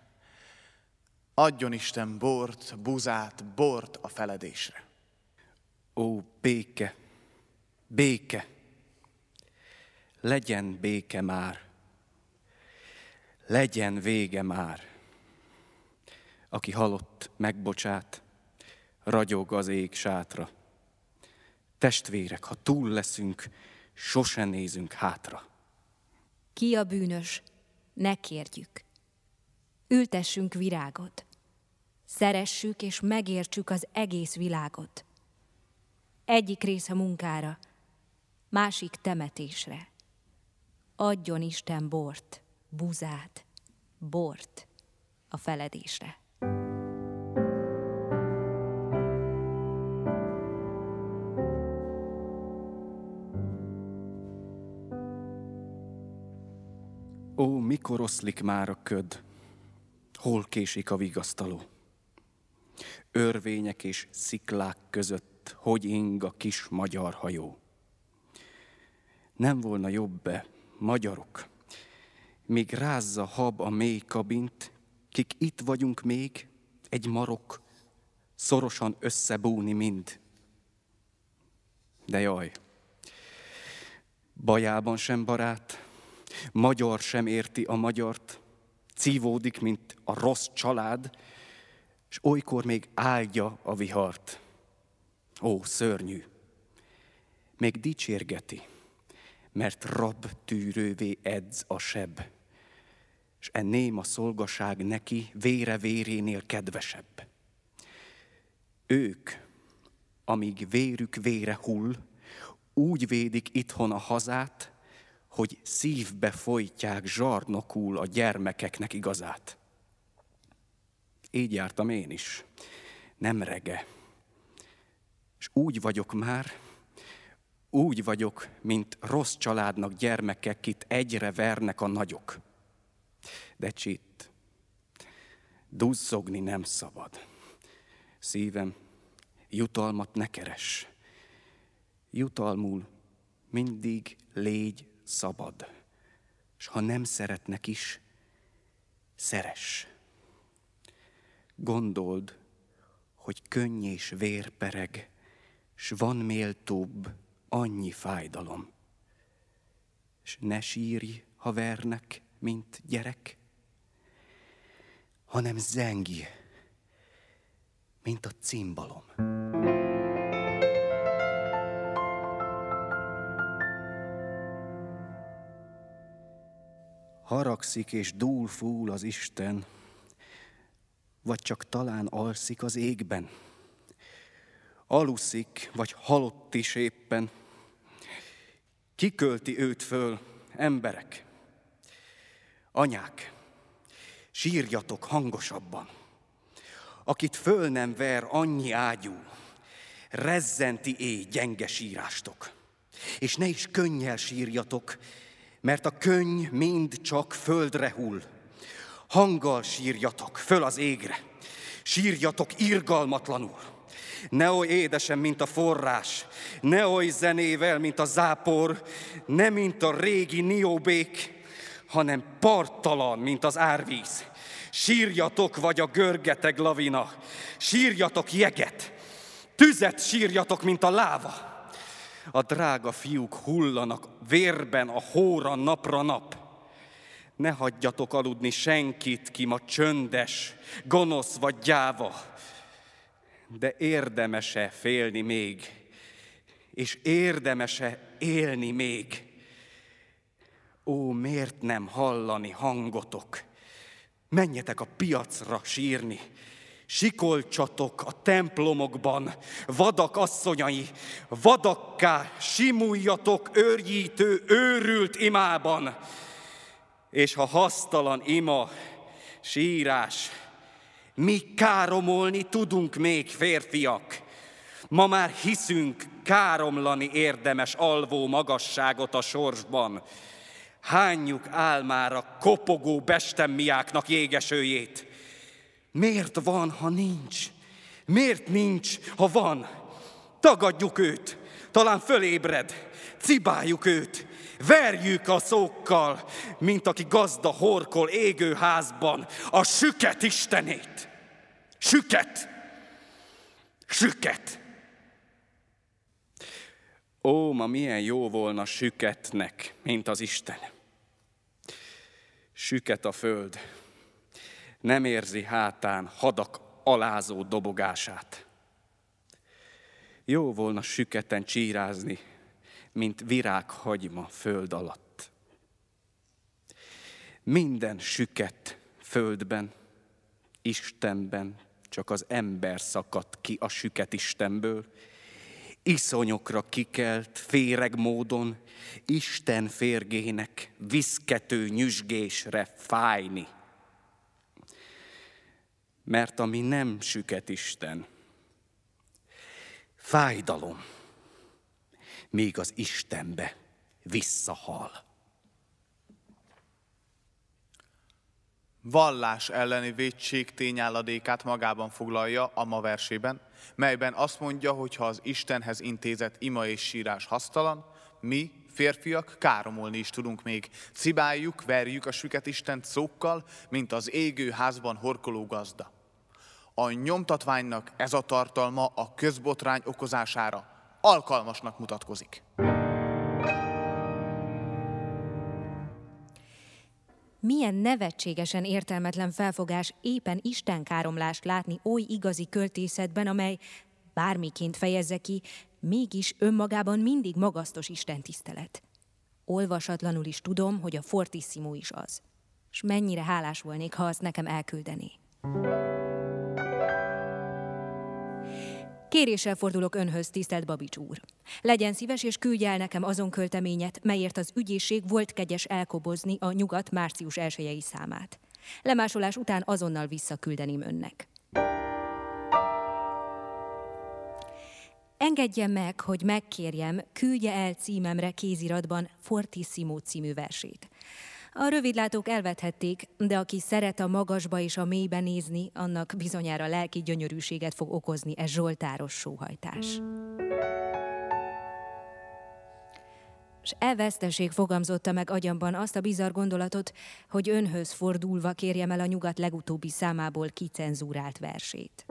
Adjon Isten bort, buzát, bort a feledésre. Ó, béke, béke, legyen béke már, legyen vége már. Aki halott, megbocsát, ragyog az ég sátra. Testvérek, ha túl leszünk, sose nézünk hátra. Ki a bűnös, ne kérjük. Ültessünk virágot. Szeressük és megértsük az egész világot. Egyik része munkára, másik temetésre. Adjon Isten bort, buzát, bort a feledésre. Ó, mikor oszlik már a köd, hol késik a vigasztaló? Örvények és sziklák között, hogy ing a kis magyar hajó. Nem volna jobb-e, magyarok, míg rázza hab a mély kabint, kik itt vagyunk még, egy marok, szorosan összebúni mind. De jaj, bajában sem barát, magyar sem érti a magyart, cívódik, mint a rossz család, s olykor még áldja a vihart. Ó, szörnyű! Még dicsérgeti, mert rab tűrővé edz a seb, s e néma szolgaság neki vére vérénél kedvesebb. Ők, amíg vérük vére hull, úgy védik itthon a hazát, hogy szívbe folytják zsarnokul a gyermekeknek igazát. Így jártam én is, nem rege. És úgy vagyok már, úgy vagyok, mint rossz családnak gyermekek, kit egyre vernek a nagyok. De csitt, duzzogni nem szabad. Szívem, jutalmat ne keress. Jutalmul mindig légy szabad. S ha nem szeretnek is, szeress. Gondold, hogy könny és vér pereg, s van méltóbb annyi fájdalom. S ne sírj, ha vernek, mint gyerek, hanem zengj, mint a cimbalom. Haragszik és dúl fúl az Isten, vagy csak talán alszik az égben. Aluszik, vagy halott is éppen. Kikölti őt föl, emberek. Anyák, sírjatok hangosabban. Akit föl nem ver annyi ágyú, rezzenti éj gyenge sírástok. És ne is könnyel sírjatok, mert a könny mind csak földre hull. Hanggal sírjatok föl az égre, sírjatok irgalmatlanul. Ne oly édesen, mint a forrás, ne oly zenével, mint a zápor, ne mint a régi nióbék, hanem parttalan, mint az árvíz. Sírjatok, vagy a görgeteg lavina, sírjatok jeget, tüzet sírjatok, mint a láva. A drága fiúk hullanak vérben a hóra napra nap. Ne hagyjatok aludni senkit, ki ma csöndes, gonosz vagy gyáva. De érdemese félni még, és érdemese élni még. Ó, miért nem hallani hangotok? Menjetek a piacra sírni, sikolcsatok a templomokban, vadak asszonyai, vadakká simuljatok őrjítő, őrült imában. És ha hasztalan ima, sírás, mi káromolni tudunk még, férfiak. Ma már hiszünk káromlani érdemes alvó magasságot a sorsban. Hányjuk álmára kopogó bestemmiáknak jégesőjét. Miért van, ha nincs? Miért nincs, ha van? Tagadjuk őt, talán fölébred, cibáljuk őt, verjük a szókkal, mint aki gazda horkol égő házban a süket istenét. Süket! Süket! Ó, ma milyen jó volna süketnek, mint az Isten. Süket a föld, nem érzi hátán hadak alázó dobogását. Jó volna süketen csírázni, mint virághagyma föld alatt. Minden süket földben, Istenben, csak az ember szakadt ki a süket Istenből, iszonyokra kikelt, féreg módon, Isten férgének viszkető nyüzsgésre fájni. Mert ami nem süket Isten, fájdalom, még az Istenbe visszahal. Vallás elleni vétség tényálladékát magában foglalja a ma versében, melyben azt mondja, hogy ha az Istenhez intézett ima és sírás hasztalan, mi, férfiak, káromolni is tudunk még. Cibáljuk, verjük a süket Istent szókkal, mint az égő házban horkoló gazda. A nyomtatványnak ez a tartalma a közbotrány okozására alkalmasnak mutatkozik. Milyen nevetségesen értelmetlen felfogás éppen istenkáromlást látni oly igazi költészetben, amely bármiként fejezze ki, mégis önmagában mindig magasztos istentisztelet. Olvasatlanul is tudom, hogy a Fortissimo is az. S mennyire hálás volnék, ha azt nekem elküldené. Kéréssel fordulok önhöz, tisztelt Babics úr. Legyen szíves és küldje el nekem azon költeményet, melyért az ügyészség volt kegyes elkobozni a Nyugat március elsejei számát. Lemásolás után azonnal visszaküldeném önnek. Engedje meg, hogy megkérjem, küldje el címemre kéziratban Fortissimo című versét. A rövidlátók elvethették, de aki szeret a magasba és a mélybe nézni, annak bizonyára lelki gyönyörűséget fog okozni ez zsoltáros sóhajtás. És e veszteség fogamzotta meg agyamban azt a bizarr gondolatot, hogy önhöz fordulva kérjem el a Nyugat legutóbbi számából kicenzúrált versét.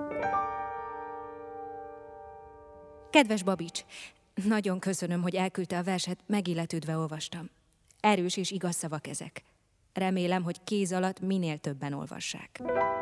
Kedves Babics, nagyon köszönöm, hogy elküldte a verset, megilletődve olvastam. Erős és igaz szavak ezek. Remélem, hogy kéz alatt minél többen olvassák.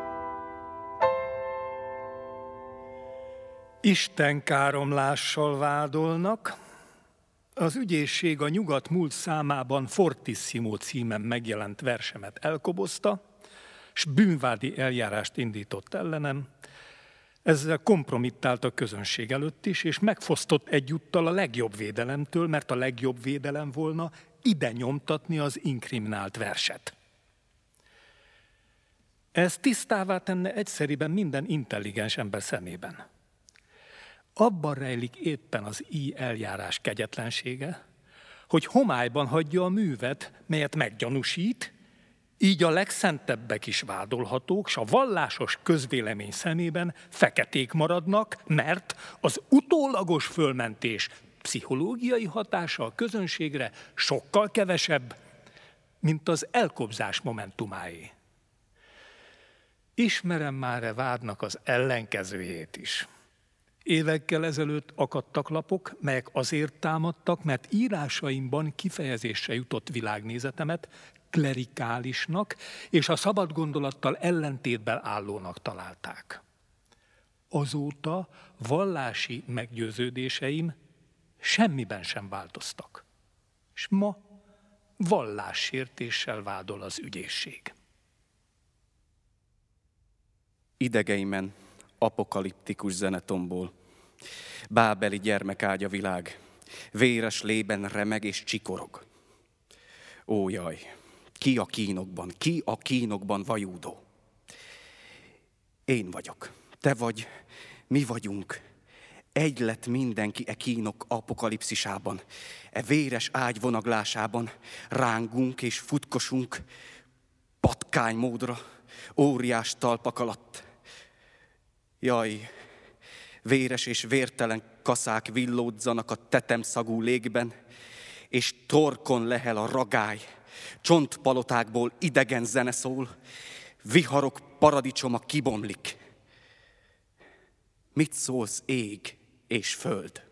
Isten káromlással vádolnak. Az ügyészség a Nyugat múlt számában Fortissimo címen megjelent versemet elkobozta, s bűnvádi eljárást indított ellenem. Ezzel kompromittált a közönség előtt is, és megfosztott egyúttal a legjobb védelemtől, mert a legjobb védelem volna ide nyomtatni az inkriminált verset. Ez tisztává tenne egyszeriben minden intelligens ember szemében. Abban rejlik éppen az í eljárás kegyetlensége, hogy homályban hagyja a művet, melyet meggyanúsít, így a legszentebbek is vádolhatók, s a vallásos közvélemény szemében feketék maradnak, mert az utólagos fölmentés pszichológiai hatása a közönségre sokkal kevesebb, mint az elkobzás momentumáé. Ismerem már e vádnak az ellenkezőjét is. Évekkel ezelőtt akadtak lapok, melyek azért támadtak, mert írásaimban kifejezésre jutott világnézetemet klerikálisnak és a szabad gondolattal ellentétben állónak találták. Azóta vallási meggyőződéseim semmiben sem változtak, és ma vallássértéssel vádol az ügyészség. Idegeimen apokaliptikus zenetombol, bábeli gyermekágya világ, véres lében remeg és csikorog. Ó jaj, ki a kínokban, ki a kínokban vajúdó? Én vagyok, te vagy, mi vagyunk. Egy lett mindenki e kínok apokalipszisában, e véres ágy vonaglásában, rángunk és futkosunk patkánymódra, óriás talpak alatt. Jaj, véres és vértelen kaszák villódzanak a tetemszagú légben, és torkon lehel a ragály, csontpalotákból idegen zene szól, viharok paradicsoma kibomlik. Mit szólsz ég és föld?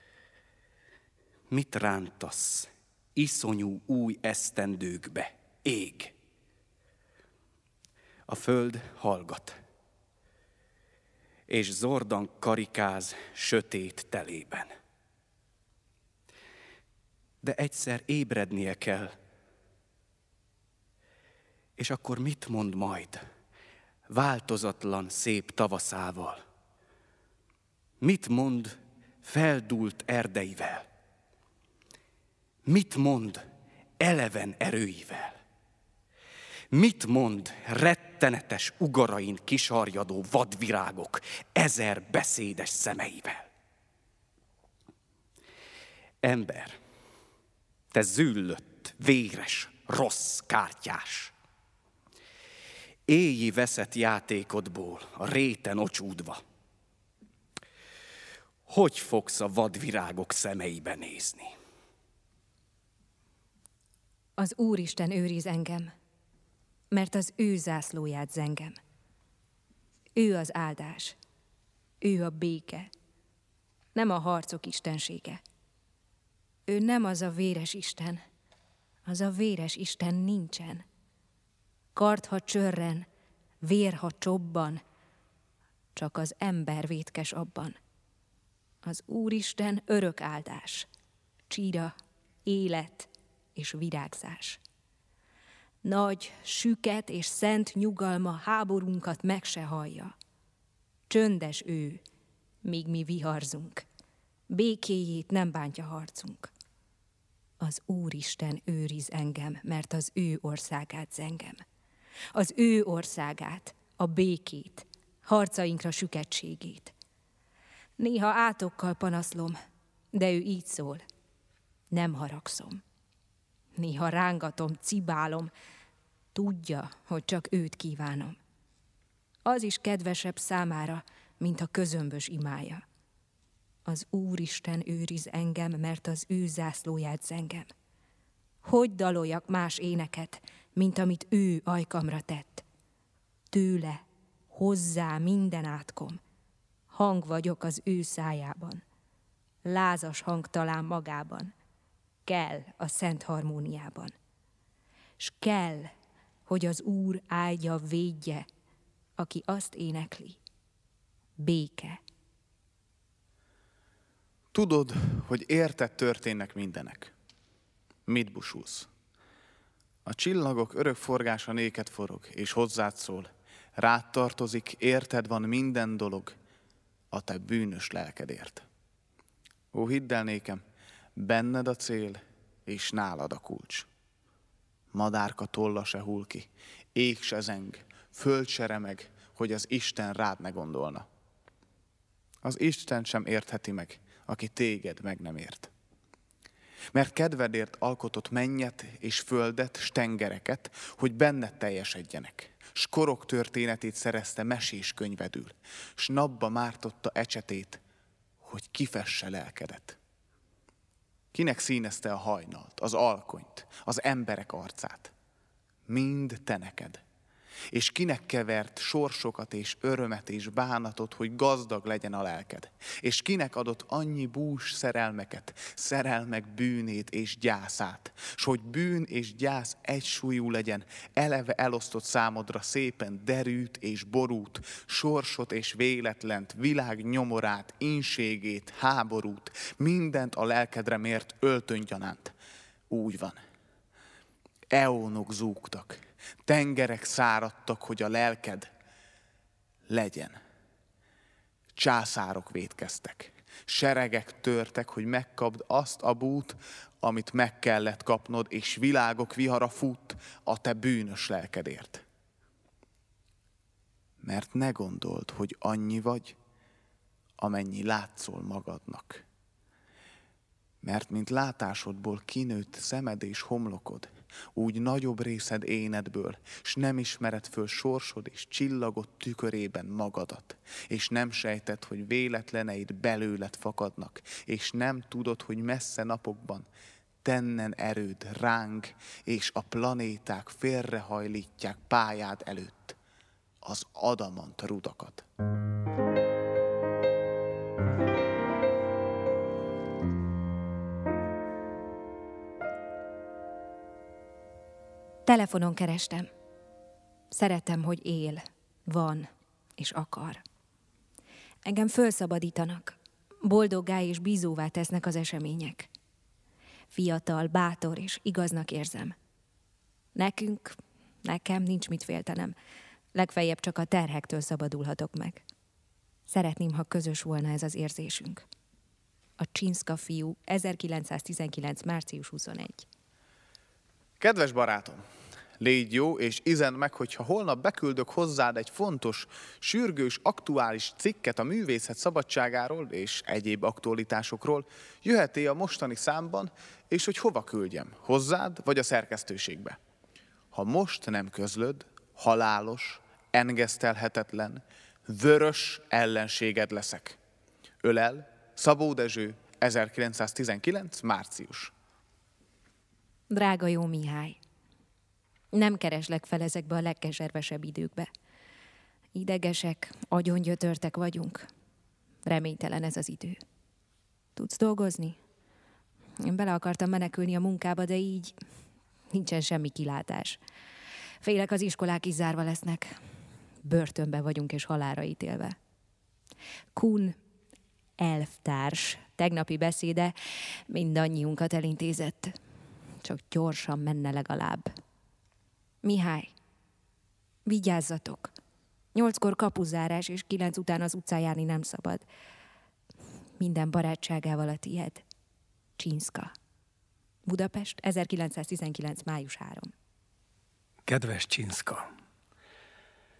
Mit rántasz iszonyú új esztendőkbe, ég? A föld hallgat, és zordan karikáz sötét telében. De egyszer ébrednie kell. És akkor mit mond majd változatlan szép tavaszával? Mit mond feldúlt erdeivel? Mit mond eleven erőivel? Mit mond rettenetes ugarain kisarjadó vadvirágok ezer beszédes szemeivel? Ember, te züllött, véres, rossz kártyás, éji veszett játékodból a réten ocsúdva, hogy fogsz a vadvirágok szemeibe nézni? Az Úristen őriz engem, mert az ő zászlóját zengem. Ő az áldás, ő a béke, nem a harcok istensége. Ő nem az a véres Isten, az a véres Isten nincsen. Kard, ha csörren, vér, ha csobban, csak az ember vétkes abban. Az Úristen örök áldás, csíra, élet és virágzás. Nagy, süket és szent nyugalma háborunkat meg se hallja. Csöndes ő, míg mi viharzunk. Békéjét nem bántja harcunk. Az Úristen őriz engem, mert az ő országát zengem. Az ő országát, a békét, harcainkra süketségét. Néha átokkal panaszlom, de ő így szól. Nem haragszom. Néha rángatom, cibálom. Tudja, hogy csak őt kívánom. Az is kedvesebb számára, mint a közömbös imája. Az Úristen őriz engem, mert az ő zászlóját zengem. Hogy daloljak más éneket, mint amit ő ajkamra tett? Tőle, hozzá minden átkom. Hang vagyok az ő szájában. Lázas hang talán magában. Kell a szent harmóniában. S kell, hogy az Úr áldja, védje, aki azt énekli. Béke. Tudod, hogy érted történnek mindenek. Mit busulsz? A csillagok örök forgása néked forog, és hozzád szól. Rád tartozik, érted van minden dolog, a te bűnös lelkedért. Ó, hidd el nékem, benned a cél, és nálad a kulcs. Madárka tolla se hull ki, ég se zeng, föld se remeg, hogy az Isten rád ne gondolna. Az Isten sem értheti meg, aki téged meg nem ért. Mert kedvedért alkotott mennyet és földet, s tengereket, hogy benned teljesedjenek. S korok történetét szerezte mesés könyvedül, s napba mártotta ecsetét, hogy kifesse lelkedet. Kinek színezte a hajnalt, az alkonyt, az emberek arcát? Mind te neked. És kinek kevert sorsokat és örömet és bánatot, hogy gazdag legyen a lelked? És kinek adott annyi bús szerelmeket, szerelmek bűnét és gyászát, s hogy bűn és gyász egysúlyú legyen, eleve elosztott számodra szépen derűt és borút, sorsot és véletlent, világ nyomorát, ínségét, háborút, mindent a lelkedre mért öltönygyanánt. Úgy van. Eónok zúgtak, tengerek száradtak, hogy a lelked legyen. Császárok vétkeztek, seregek törtek, hogy megkapd azt a bút, amit meg kellett kapnod, és világok vihara fut a te bűnös lelkedért. Mert ne gondold, hogy annyi vagy, amennyi látszol magadnak. Mert mint látásodból kinőtt szemed és homlokod, úgy nagyobb részed énedből, s nem ismered föl sorsod és csillagod tükörében magadat, és nem sejted, hogy véletleneid belőled fakadnak, és nem tudod, hogy messze napokban tennen erőd ráng, és a planéták félrehajlítják pályád előtt az adamant rudakat. Telefonon kerestem. Szeretem, hogy él, van és akar. Engem fölszabadítanak. Boldoggá és bízóvá tesznek az események. Fiatal, bátor és igaznak érzem. Nekünk, nekem nincs mit féltenem. Legfeljebb csak a terhektől szabadulhatok meg. Szeretném, ha közös volna ez az érzésünk. A Csinszka fiú, ezerkilencszáztizenkilenc. március huszonegy. Kedves barátom, légy jó, és izend meg, hogyha holnap beküldök hozzád egy fontos, sürgős, aktuális cikket a művészet szabadságáról és egyéb aktualitásokról, jöheté a mostani számban, és hogy hova küldjem, hozzád vagy a szerkesztőségbe. Ha most nem közlöd, halálos, engesztelhetetlen, vörös ellenséged leszek. Ölel, Szabó Dezső, ezerkilencszáztizenkilenc. március. Drága jó Mihály, nem kereslek fel ezekbe a legkeservesebb időkbe. Idegesek, agyongyötörtek vagyunk. Reménytelen ez az idő. Tudsz dolgozni? Én bele akartam menekülni a munkába, de így nincsen semmi kilátás. Félek, az iskolák is zárva lesznek. Börtönbe vagyunk és halálra ítélve. Kun elvtárs tegnapi beszéde mindannyiunkat elintézett. Csak gyorsan menne legalább. Mihály, vigyázzatok! Nyolckor kapuzárás, és kilenc után az utcán járni nem szabad. Minden barátságával a tied. Csinszka. Budapest, ezerkilencszáztizenkilenc. május harmadika. Kedves Csinszka!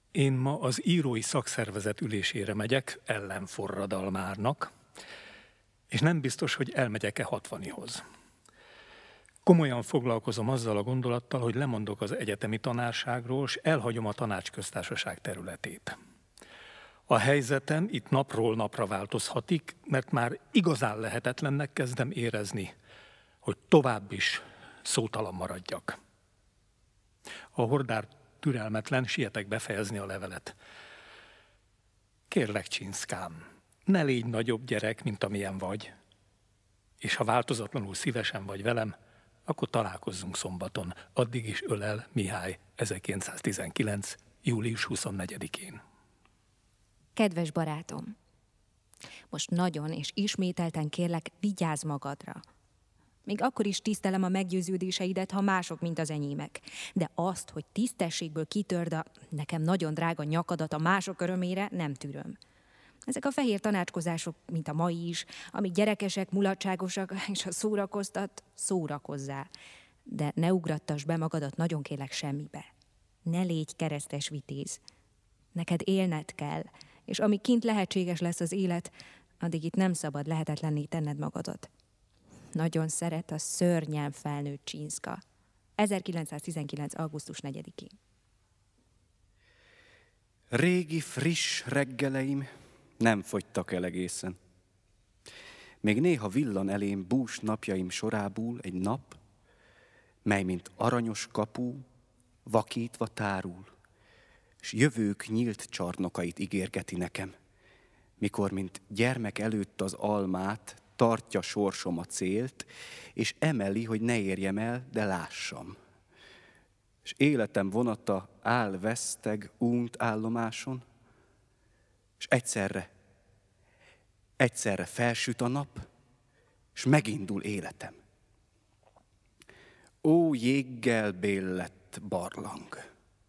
Én ma az írói szakszervezet ülésére megyek, ellenforradalmárnak, és nem biztos, hogy elmegyek-e hatvanihoz. Komolyan foglalkozom azzal a gondolattal, hogy lemondok az egyetemi tanárságról, és elhagyom a tanácsköztársaság területét. A helyzetem itt napról napra változhatik, mert már igazán lehetetlennek kezdem érezni, hogy tovább is szótalan maradjak. A hordár türelmetlen, sietek befejezni a levelet. Kérlek, Csinszkám, ne légy nagyobb gyerek, mint amilyen vagy, és ha változatlanul szívesen vagy velem, akkor találkozzunk szombaton. Addig is ölel Mihály, ezerkilencszáztizenkilenc. július huszonnegyedikén. Kedves barátom, most nagyon és ismételten kérlek, vigyázz magadra. Még akkor is tisztelem a meggyőződéseidet, ha mások, mint az enyémek. De azt, hogy tisztességből kitörd a nekem nagyon drága nyakadat a mások örömére, nem tűröm. Ezek a fehér tanácskozások, mint a mai is, amik gyerekesek, mulatságosak, és ha szórakoztat, szórakozzál. De ne ugrattass be magadat, nagyon kérlek, semmibe. Ne légy keresztes vitéz. Neked élned kell, és amíg kint lehetséges lesz az élet, addig itt nem szabad lehetetlenné tenned magadat. Nagyon szeret a szörnyen felnőtt Csinszka. ezerkilencszáztizenkilenc. augusztus negyedikén. Régi, friss reggeleim nem fogytak el egészen. Még néha villan elém bús napjaim sorából egy nap, mely mint aranyos kapu vakítva tárul, s jövők nyílt csarnokait ígérgeti nekem, mikor, mint gyermek előtt az almát, tartja sorsom a célt, és emeli, hogy ne érjem el, de lássam. És életem vonata áll veszteg, únt állomáson, és egyszerre, egyszerre felsüt a nap, és megindul életem. Ó, jéggel béllett barlang!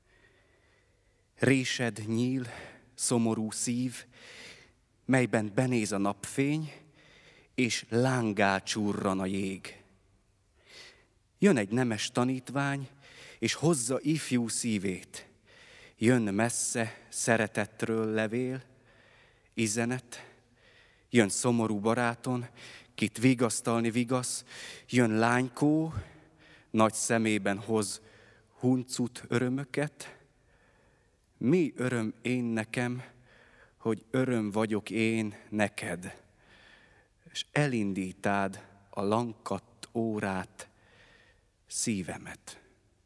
Résed nyíl, szomorú szív, melyben benéz a napfény, és lángá csurran a jég. Jön egy nemes tanítvány, és hozza ifjú szívét. Jön messze szeretetről levél, izenet, jön szomorú baráton, kit vigasztalni vigasz, jön lánykó, nagy szemében hoz huncut örömöket. Mi öröm én nekem, hogy öröm vagyok én neked, és elindítád a lankadt órát, szívemet.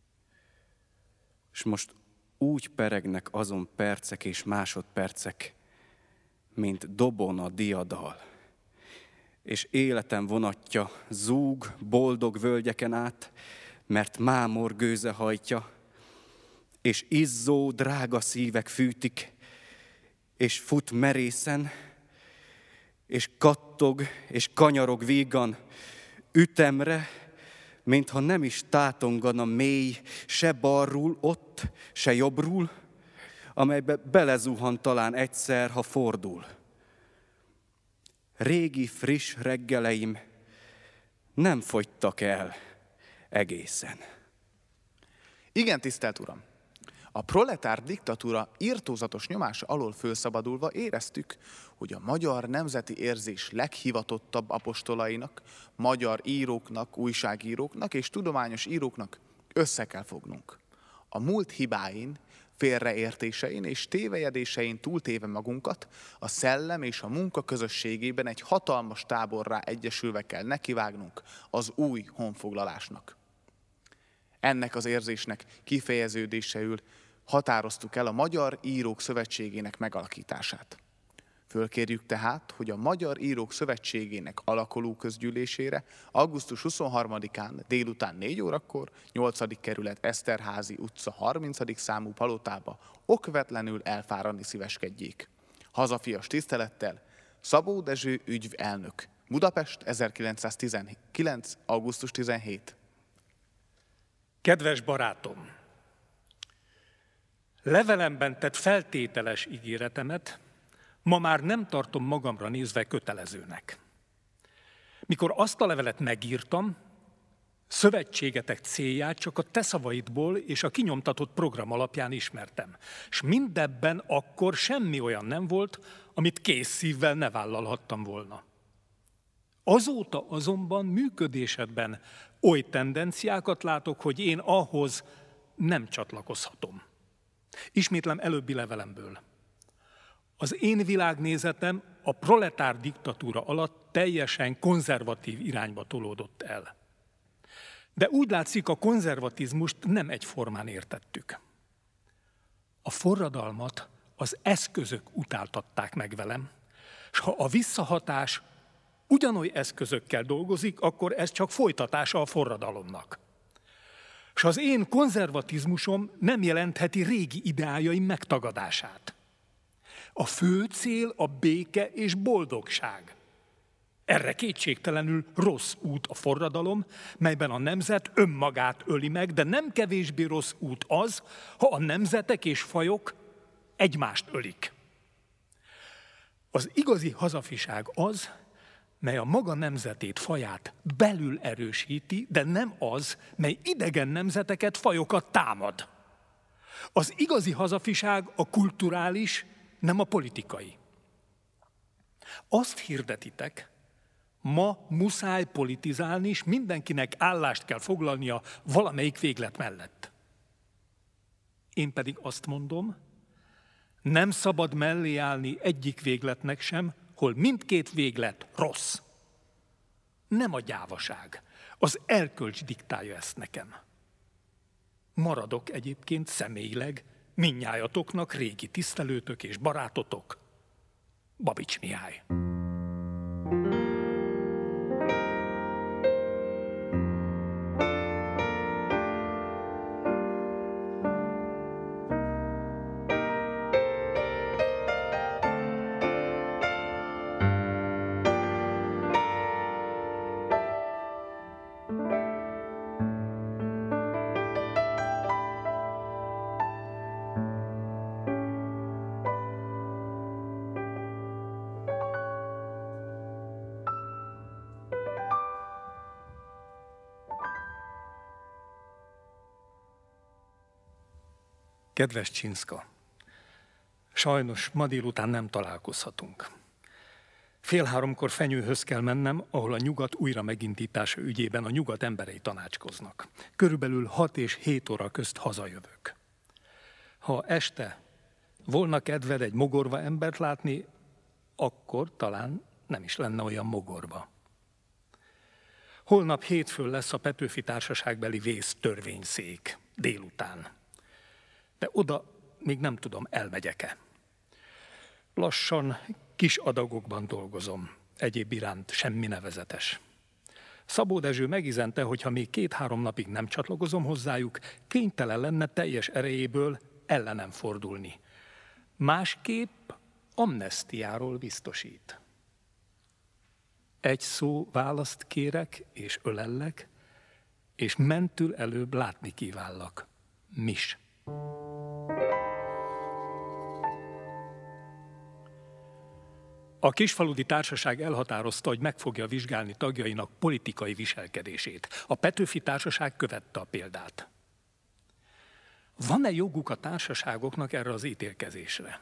És most úgy peregnek azon percek és másodpercek, mint dobon a diadal, és életem vonatja zúg boldog völgyeken át, mert mámor gőze hajtja, és izzó drága szívek fűtik, és fut merészen, és kattog, és kanyarog vígan ütemre, mintha nem is tátongana mély, se balról ott, se jobbról, amelybe belezuhan talán egyszer, ha fordul. Régi, friss reggeleim nem fogytak el egészen. Igen, tisztelt Uram! A proletár diktatúra irtózatos nyomása alól fölszabadulva éreztük, hogy a magyar nemzeti érzés leghivatottabb apostolainak, magyar íróknak, újságíróknak és tudományos íróknak össze kell fognunk. A múlt hibáin, félreértésein és tévejedésein túltéve magunkat, a szellem és a munka közösségében egy hatalmas táborrá egyesülve kell nekivágnunk az új honfoglalásnak. Ennek az érzésnek kifejeződéseül határoztuk el a Magyar Írók Szövetségének megalakítását. Fölkérjük tehát, hogy a Magyar Írók Szövetségének alakuló közgyűlésére augusztus huszonharmadikán délután négy órakor nyolcadik kerület Eszterházy utca harmincadik számú palotába okvetlenül elfáradni szíveskedjék. Hazafias tisztelettel Szabó Dezső ügyv elnök. Budapest, ezerkilencszáztizenkilenc. augusztus tizenhetedike. Kedves barátom! Levelemben tett feltételes ígéretemet ma már nem tartom magamra nézve kötelezőnek. Mikor azt a levelet megírtam, Szövetségetek célját csak a te szavaidból és a kinyomtatott program alapján ismertem. És mindebben akkor semmi olyan nem volt, amit kész szívvel ne vállalhattam volna. Azóta azonban működésedben oly tendenciákat látok, hogy én ahhoz nem csatlakozhatom. Ismétlem előbbi levelemből. Az én világnézetem a proletár diktatúra alatt teljesen konzervatív irányba tolódott el. De úgy látszik, a konzervatizmust nem egyformán értettük. A forradalmat az eszközök utáltatták meg velem, és ha a visszahatás ugyanoly eszközökkel dolgozik, akkor ez csak folytatása a forradalomnak. És az én konzervatizmusom nem jelentheti régi ideájaim megtagadását. A fő cél a béke és boldogság. Erre kétségtelenül rossz út a forradalom, melyben a nemzet önmagát öli meg, de nem kevésbé rossz út az, ha a nemzetek és fajok egymást ölik. Az igazi hazafiság az, mely a maga nemzetét, faját belül erősíti, de nem az, mely idegen nemzeteket, fajokat támad. Az igazi hazafiság a kulturális, nem a politikai. Azt hirdetitek, ma muszáj politizálni, és mindenkinek állást kell foglalnia valamelyik véglet mellett. Én pedig azt mondom, nem szabad mellé állni egyik végletnek sem, hol mindkét véglet rossz. Nem a gyávaság, az erkölcs diktálja ezt nekem. Maradok egyébként személyileg mindnyájatoknak régi tisztelőtök és barátotok, Babics Mihály. Kedves Csinszka, sajnos ma délután nem találkozhatunk. Fél háromkor Fenyőhöz kell mennem, ahol a nyugat újra megindítása ügyében a nyugat emberei tanácskoznak. Körülbelül hat és hét óra közt hazajövök. Ha este volna kedved egy mogorva embert látni, akkor talán nem is lenne olyan mogorva. Holnap hétfőn lesz a Petőfi Társaságbeli vész törvényszék délután. De oda még nem tudom, elmegyek-e. Lassan, kis adagokban dolgozom, egyéb iránt semmi nevezetes. Szabó Dezső megizente, hogy ha még két-három napig nem csatlakozom hozzájuk, kénytelen lenne teljes erejéből ellenem fordulni. Másképp amnesztiáról biztosít. Egy szó választ kérek és ölellek, és mentül előbb látni kívállak. Mis. A Kisfaludy Társaság elhatározta, hogy meg fogja vizsgálni tagjainak politikai viselkedését. A Petőfi Társaság követte a példát. Van-e joguk a társaságoknak erre az ítélkezésre?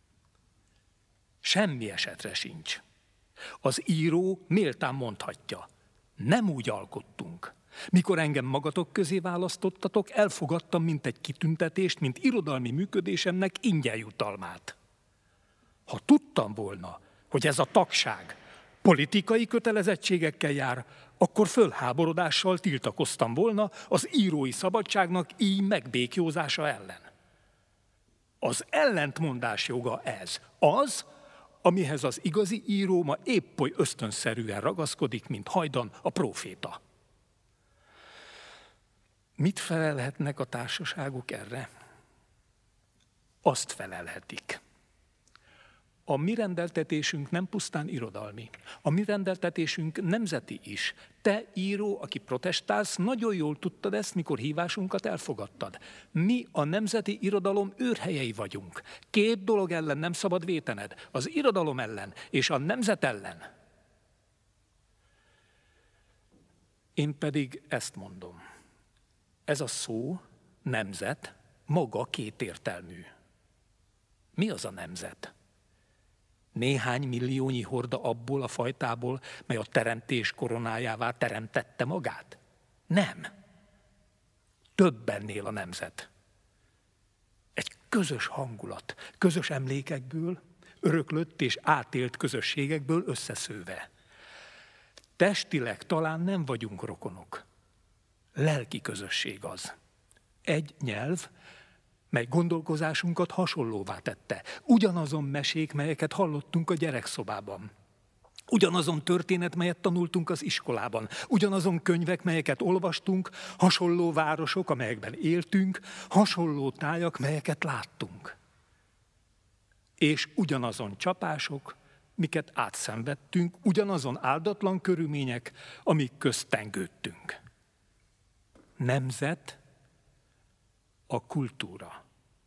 Semmi esetre sincs. Az író méltán mondhatja, nem úgy alkottunk. Mikor engem magatok közé választottatok, elfogadtam mint egy kitüntetést, mint irodalmi működésemnek ingyen jutalmát. Ha tudtam volna, hogy ez a tagság politikai kötelezettségekkel jár, akkor fölháborodással tiltakoztam volna az írói szabadságnak így megbékjózása ellen. Az ellentmondás joga ez. Az, amihez az igazi író ma épp oly ösztönszerűen ragaszkodik, mint hajdan a próféta. Mit felelhetnek a társaságok erre? Azt felelhetik. A mi rendeltetésünk nem pusztán irodalmi. A mi rendeltetésünk nemzeti is. Te, író, aki protestálsz, nagyon jól tudtad ezt, mikor hívásunkat elfogadtad. Mi a nemzeti irodalom őrhelyei vagyunk. Két dolog ellen nem szabad vétened. Az irodalom ellen és a nemzet ellen. Én pedig ezt mondom. Ez a szó, nemzet, maga kétértelmű. Mi az a nemzet? Néhány milliónyi horda abból a fajtából, mely a teremtés koronájává teremtette magát? Nem. Több ennél a nemzet. Egy közös hangulat, közös emlékekből, öröklött és átélt közösségekből összeszőve. Testileg talán nem vagyunk rokonok. Lelki közösség az. Egy nyelv, mely gondolkozásunkat hasonlóvá tette. Ugyanazon mesék, melyeket hallottunk a gyerekszobában. Ugyanazon történet, melyet tanultunk az iskolában. Ugyanazon könyvek, melyeket olvastunk, hasonló városok, amelyekben éltünk, hasonló tájak, melyeket láttunk. És ugyanazon csapások, miket átszenvedtünk, ugyanazon áldatlan körülmények, amik közt tengődtünk. Nemzet, a kultúra.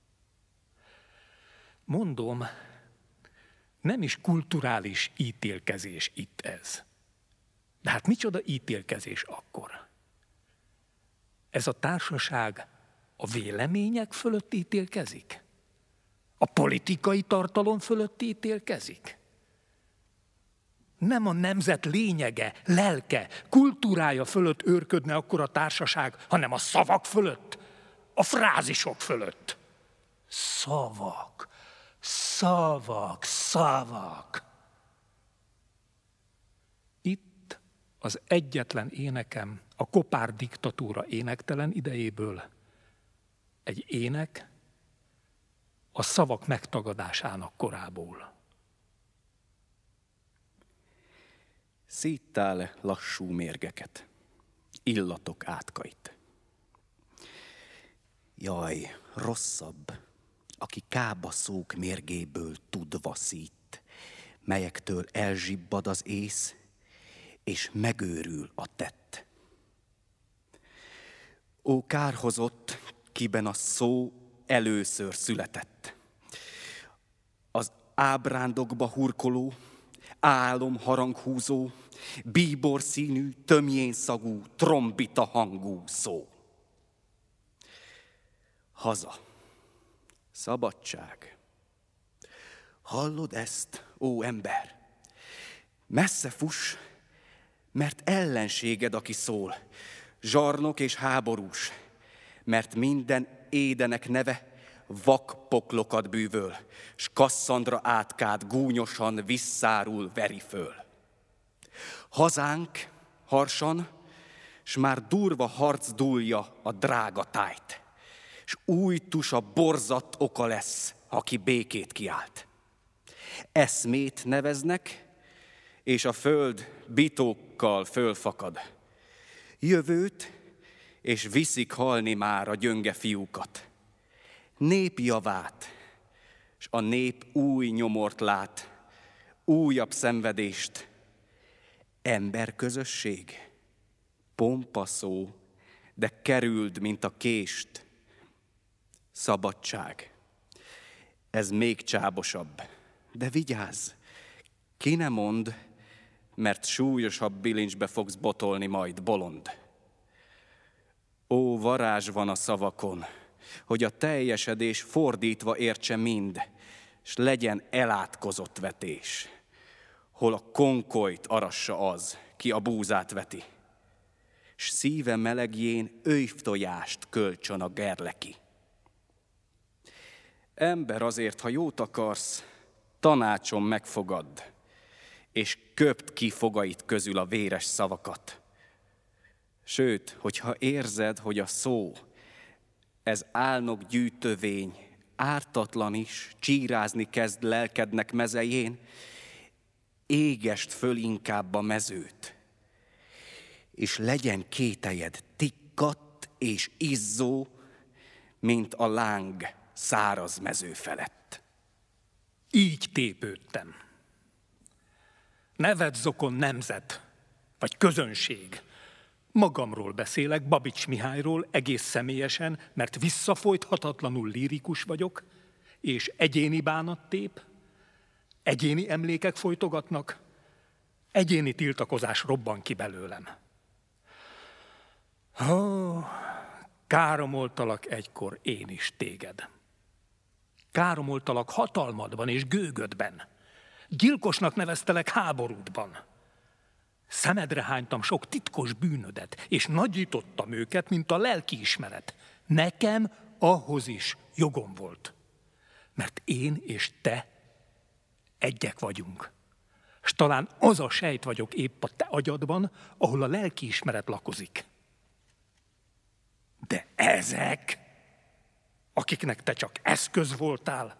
Mondom, nem is kulturális ítélkezés itt ez. De hát micsoda ítélkezés akkor? Ez a társaság a vélemények fölött ítélkezik? A politikai tartalom fölött ítélkezik? Nem a nemzet lényege, lelke, kultúrája fölött őrködne akkor a társaság, hanem a szavak fölött, a frázisok fölött. Szavak, szavak, szavak. Itt az egyetlen énekem a kopár diktatúra énektelen idejéből. Egy ének a szavak megtagadásának korából. Szíttál lassú mérgeket, illatok átkait. Jaj, rosszabb, aki kába szók mérgéből tudva szít, melyektől elzsibbad az ész, és megőrül a tett. Ó, kárhozott, kiben a szó először született. Az ábrándokba hurkoló, álom haranghúzó, bíbor színű, tömjén szagú, trombita hangú szó. Haza, szabadság. Hallod ezt, ó ember? Messze fuss, mert ellenséged, aki szól, zsarnok és háborús, mert minden édenek neve vak poklokat bűvöl, s Kasszandra átkát gúnyosan visszárul veri föl. Hazánk harsan, s már durva harc dúlja a drága tájt, s új tusa borzat oka lesz, aki békét kiált. Eszmét neveznek, és a föld bitókkal fölfakad. Jövőt, és viszik halni már a gyönge fiúkat. Nép javát, s a nép új nyomort lát, újabb szenvedést. Emberközösség, pompa szó, de kerüld, mint a kést. Szabadság, ez még csábosabb, de vigyázz, ki ne mond, mert súlyosabb bilincsbe fogsz botolni majd, bolond. Ó, varázs van a szavakon, hogy a teljesedés fordítva értse mind, s legyen elátkozott vetés, hol a konkolyt arassa az, ki a búzát veti, s szíve melegjén öjvtojást kölcsön a gerleki. Ember, azért, ha jót akarsz, tanácsom megfogadd, és köpd ki fogait közül a véres szavakat. Sőt, hogyha érzed, hogy a szó, ez álnok gyűjtövény, ártatlan is, csírázni kezd lelkednek mezején, égest föl inkább a mezőt, és legyen kételyed tikkadt és izzó, mint a láng száraz mező felett. Így tépődtem. Neved zokon nemzet, vagy közönség. Magamról beszélek, Babics Mihályról egész személyesen, mert visszafolythatatlanul lírikus vagyok, és egyéni bánattép, egyéni emlékek folytogatnak, egyéni tiltakozás robban ki belőlem. Ó, káromoltalak egykor én is téged. Káromoltalak hatalmadban és gőgödben. Gyilkosnak neveztelek háborúdban. Szemedre hánytam sok titkos bűnödet, és nagyítottam őket, mint a lelkiismeret. Nekem ahhoz is jogom volt. Mert én és te egyek vagyunk. S talán az a sejt vagyok épp a te agyadban, ahol a lelkiismeret lakozik. De ezek, akiknek te csak eszköz voltál,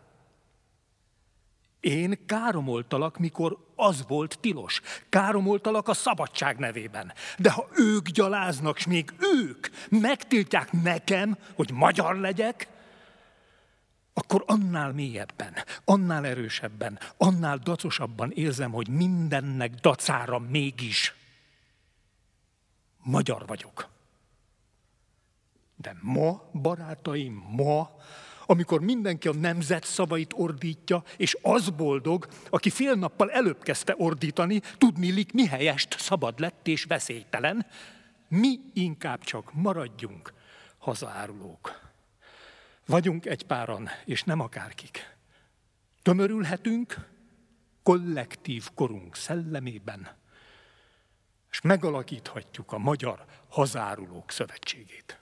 én káromoltalak, mikor az volt tilos. Káromoltalak a szabadság nevében. De ha ők gyaláznak, s még ők megtiltják nekem, hogy magyar legyek, akkor annál mélyebben, annál erősebben, annál dacosabban érzem, hogy mindennek dacára mégis magyar vagyok. De ma, barátaim, ma, amikor mindenki a nemzet szavait ordítja, és az boldog, aki fél nappal előbb kezdte ordítani, tudniillik mi helyest, szabad lett és veszélytelen, mi inkább csak maradjunk hazaárulók. Vagyunk egy páran, és nem akárkik. Tömörülhetünk kollektív korunk szellemében, és megalakíthatjuk a Magyar Hazárulók Szövetségét.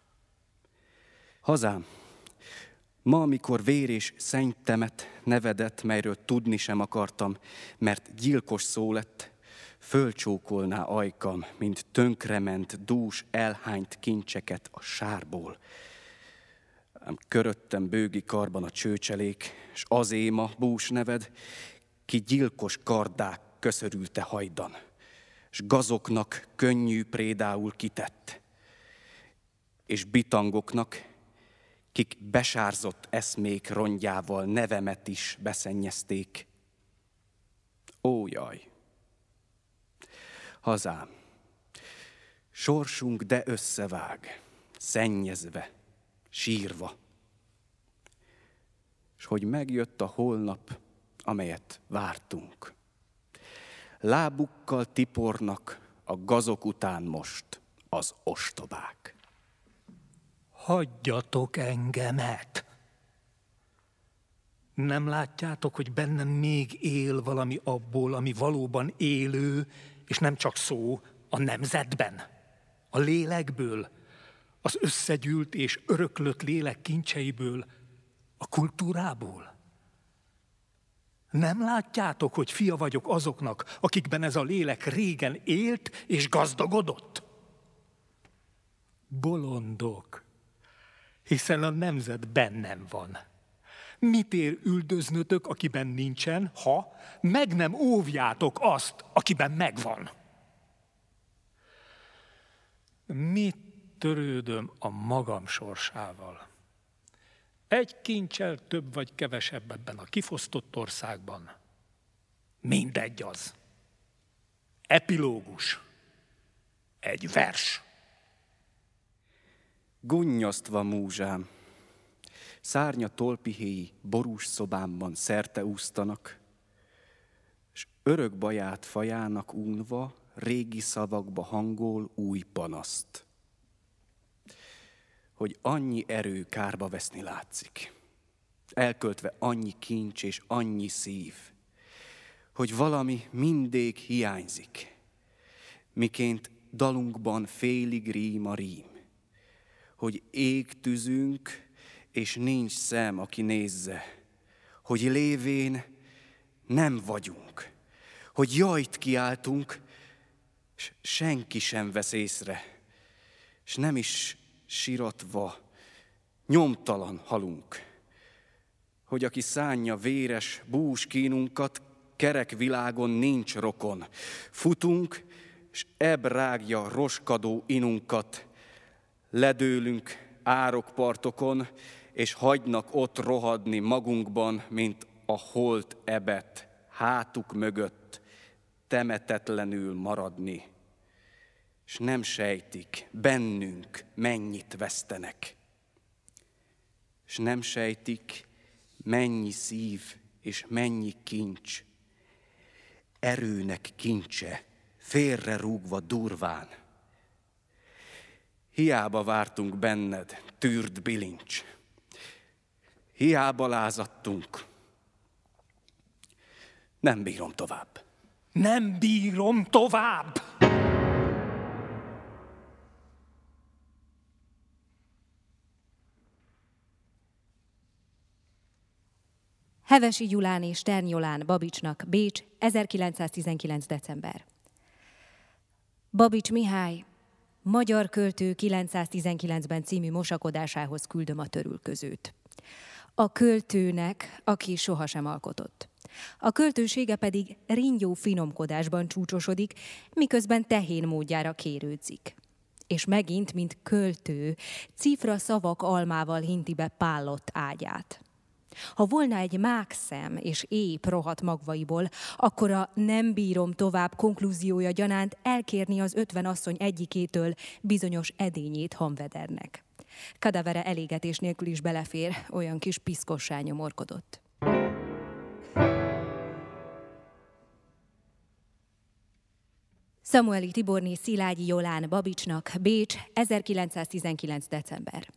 Hazám, ma, amikor vér és szennytemet nevedet, melyről tudni sem akartam, mert gyilkos szó lett, fölcsókolná ajkam, mint tönkrement, dús, elhányt kincseket a sárból. Ám köröttem bőgi karban a csőcselék, s az éma bús neved, ki gyilkos kardák köszörülte hajdan, s gazoknak könnyű prédául kitett, és bitangoknak, kik besárzott eszmék rongyával nevemet is beszennyezték. Ó, jaj! Hazám, sorsunk de összevág, szennyezve, sírva. S hogy megjött a holnap, amelyet vártunk. Lábukkal tipornak a gazok után most az ostobák. Hagyjatok engemet! Nem látjátok, hogy bennem még él valami abból, ami valóban élő, és nem csak szó, a nemzetben, a lélekből, az összegyűlt és öröklött lélek kincseiből, a kultúrából? Nem látjátok, hogy fia vagyok azoknak, akikben ez a lélek régen élt és gazdagodott? Bolondok, hiszen a nemzet bennem van. Mit ér üldöznötök, akiben nincsen, ha meg nem óvjátok azt, akiben megvan? Mit törődöm a magam sorsával? Egy kincsel több vagy kevesebb ebben a kifosztott országban. Mindegy az. Epilógus. Egy vers. Gunnyasztva múzsám, szárnya tolpihéi borús szobámban szerte úsztanak, s örök baját fajának únva régi szavakba hangol új panaszt. Hogy annyi erő kárba veszni látszik, elköltve annyi kincs és annyi szív, hogy valami mindig hiányzik, miként dalunkban félig rím a rím, hogy ég tüzünk, és nincs szem, aki nézze, hogy lévén nem vagyunk, hogy jajt kiáltunk, s senki sem vesz észre, s nem is siratva, nyomtalan halunk, hogy aki szánja véres búskínunkat, kerek világon nincs rokon. Futunk, s ebb rágja roskadó inunkat, ledőlünk árokpartokon, és hagynak ott rohadni magunkban, mint a holt ebet, hátuk mögött temetetlenül maradni. És nem sejtik, bennünk mennyit vesztenek. És nem sejtik, mennyi szív és mennyi kincs, erőnek kincse, félre rúgva durván. Hiába vártunk benned, tűrt bilincs. Hiába lázadtunk. Nem bírom tovább. Nem bírom tovább! Hevesi Gyulán és Ternyolán Babicsnak, Bécs, ezerkilencszáztizenkilenc. december. Babics Mihály, magyar költő kilencszáztizenkilencben című mosakodásához küldöm a törülközőt. A költőnek, aki sohasem alkotott. A költősége pedig ringyó finomkodásban csúcsosodik, miközben tehén módjára kérődzik. És megint, mint költő, cifra szavak almával hinti be pállott ágyát. Ha volna egy mákszem és ép rohadt magvaiból, akkor a nem bírom tovább konklúziója gyanánt elkérni az ötven asszony egyikétől bizonyos edényét Hamvedernek. Kadavere elégetés nélkül is belefér, olyan kis piszkossá nyomorkodott. Samueli Tiborné Szilágyi Jolán Babicsnak, Bécs, ezerkilencszáztizenkilenc. december.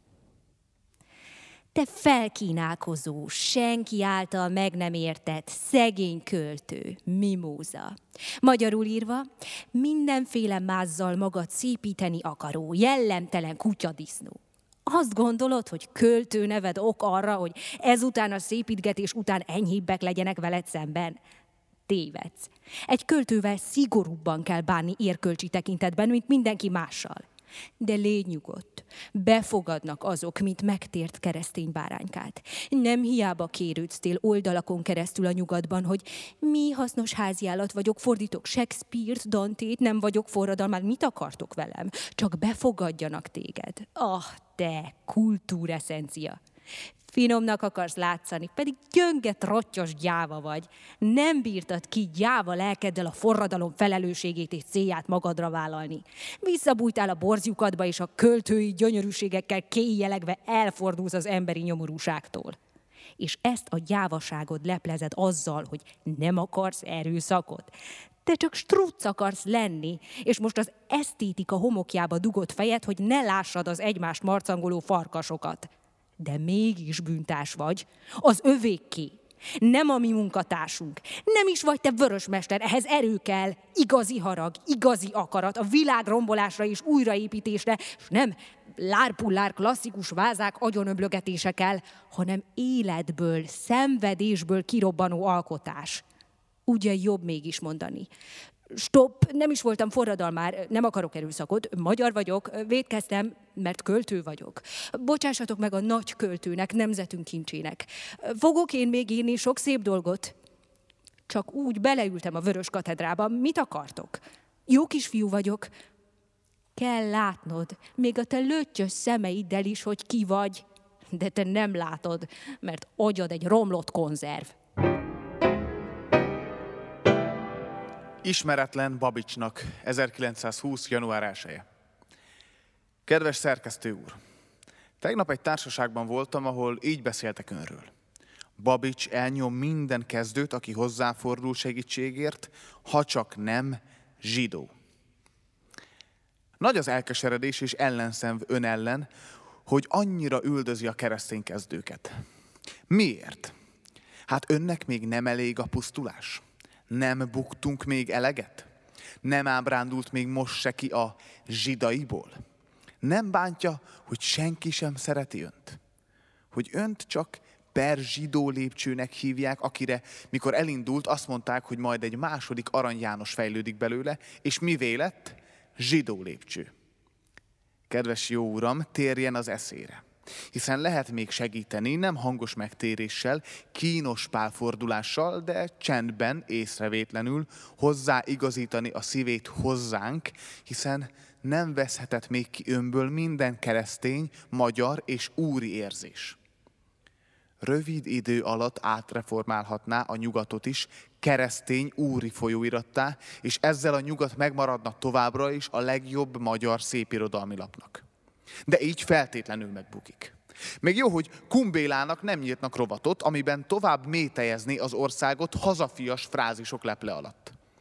Te felkínálkozó, senki által meg nem értett, szegény költő, mimóza. Magyarul írva, mindenféle mázzal magad szépíteni akaró, jellemtelen kutyadisznó. Azt gondolod, hogy költő neved ok arra, hogy ezután a szépítgetés után enyhébbek legyenek veled szemben? Tévedsz. Egy költővel szigorúbban kell bánni érkölcsi tekintetben, mint mindenki mással. De légy nyugodt, befogadnak azok, mint megtért keresztény báránykát. Nem hiába kérődsztél oldalakon keresztül a nyugatban, hogy mi hasznos háziállat vagyok, fordítok Shakespeare-t, Dantét, nem vagyok forradalmár, mit akartok velem? Csak befogadjanak téged. Ah, te kultúreszencia! Finomnak akarsz látszani, pedig gyönget rottyos gyáva vagy. Nem bírtad ki gyáva lelkeddel a forradalom felelősségét és célját magadra vállalni. Visszabújtál a borzjukadba, és a költői gyönyörűségekkel kéjjelegve elfordulsz az emberi nyomorúságtól. És ezt a gyávaságod leplezed azzal, hogy nem akarsz erőszakot. Te csak strucc akarsz lenni, és most az esztétika homokjába dugott fejed, hogy ne lássad az egymást marcangoló farkasokat. De mégis bűntárs vagy, az övékké, nem a mi munkatársunk. Nem is vagy te vörösmester, ehhez erő kell, igazi harag, igazi akarat, a világ rombolásra és újraépítésre, és nem lárpullár klasszikus vázák agyonöblögetése kell, hanem életből, szenvedésből kirobbanó alkotás. Ugye jobb mégis mondani. Stop, nem is voltam forradalmár, nem akarok erőszakot, magyar vagyok, vétkeztem, mert költő vagyok. Bocsássatok meg a nagy költőnek, nemzetünk kincsének. Fogok én még írni sok szép dolgot? Csak úgy beleültem a Vörös Katedrába, mit akartok? Jó kisfiú vagyok. Kell látnod, még a te löttyös szemeiddel is, hogy ki vagy. De te nem látod, mert agyad egy romlott konzerv. Ismeretlen Babicsnak, ezerkilencszázhúsz. január elseje. Kedves szerkesztő úr! Tegnap egy társaságban voltam, ahol így beszéltek önről. Babics elnyom minden kezdőt, aki hozzáfordul segítségért, ha csak nem zsidó. Nagy az elkeseredés és ellenszenv ön ellen, hogy annyira üldözi a keresztény kezdőket. Miért? Hát önnek még nem elég a pusztulás? Nem buktunk még eleget? Nem ábrándult még most se ki a zsidaiból? Nem bántja, hogy senki sem szereti önt? Hogy önt csak per zsidó lépcsőnek hívják, akire, mikor elindult, azt mondták, hogy majd egy második Arany János fejlődik belőle, és mivé lett? Zsidó lépcső. Kedves jó uram, térjen az eszére. Hiszen lehet még segíteni, nem hangos megtéréssel, kínos pálfordulással, de csendben, észrevétlenül hozzáigazítani a szívét hozzánk, hiszen nem veszhetett még ki önből minden keresztény, magyar és úri érzés. Rövid idő alatt átreformálhatná a nyugatot is keresztény úri folyóirattá, és ezzel a nyugat megmaradna továbbra is a legjobb magyar szépirodalmi lapnak. De így feltétlenül megbukik. Még jó, hogy Kumbélának nem nyitnak rovatot, amiben tovább métejezné az országot hazafias frázisok leple alatt.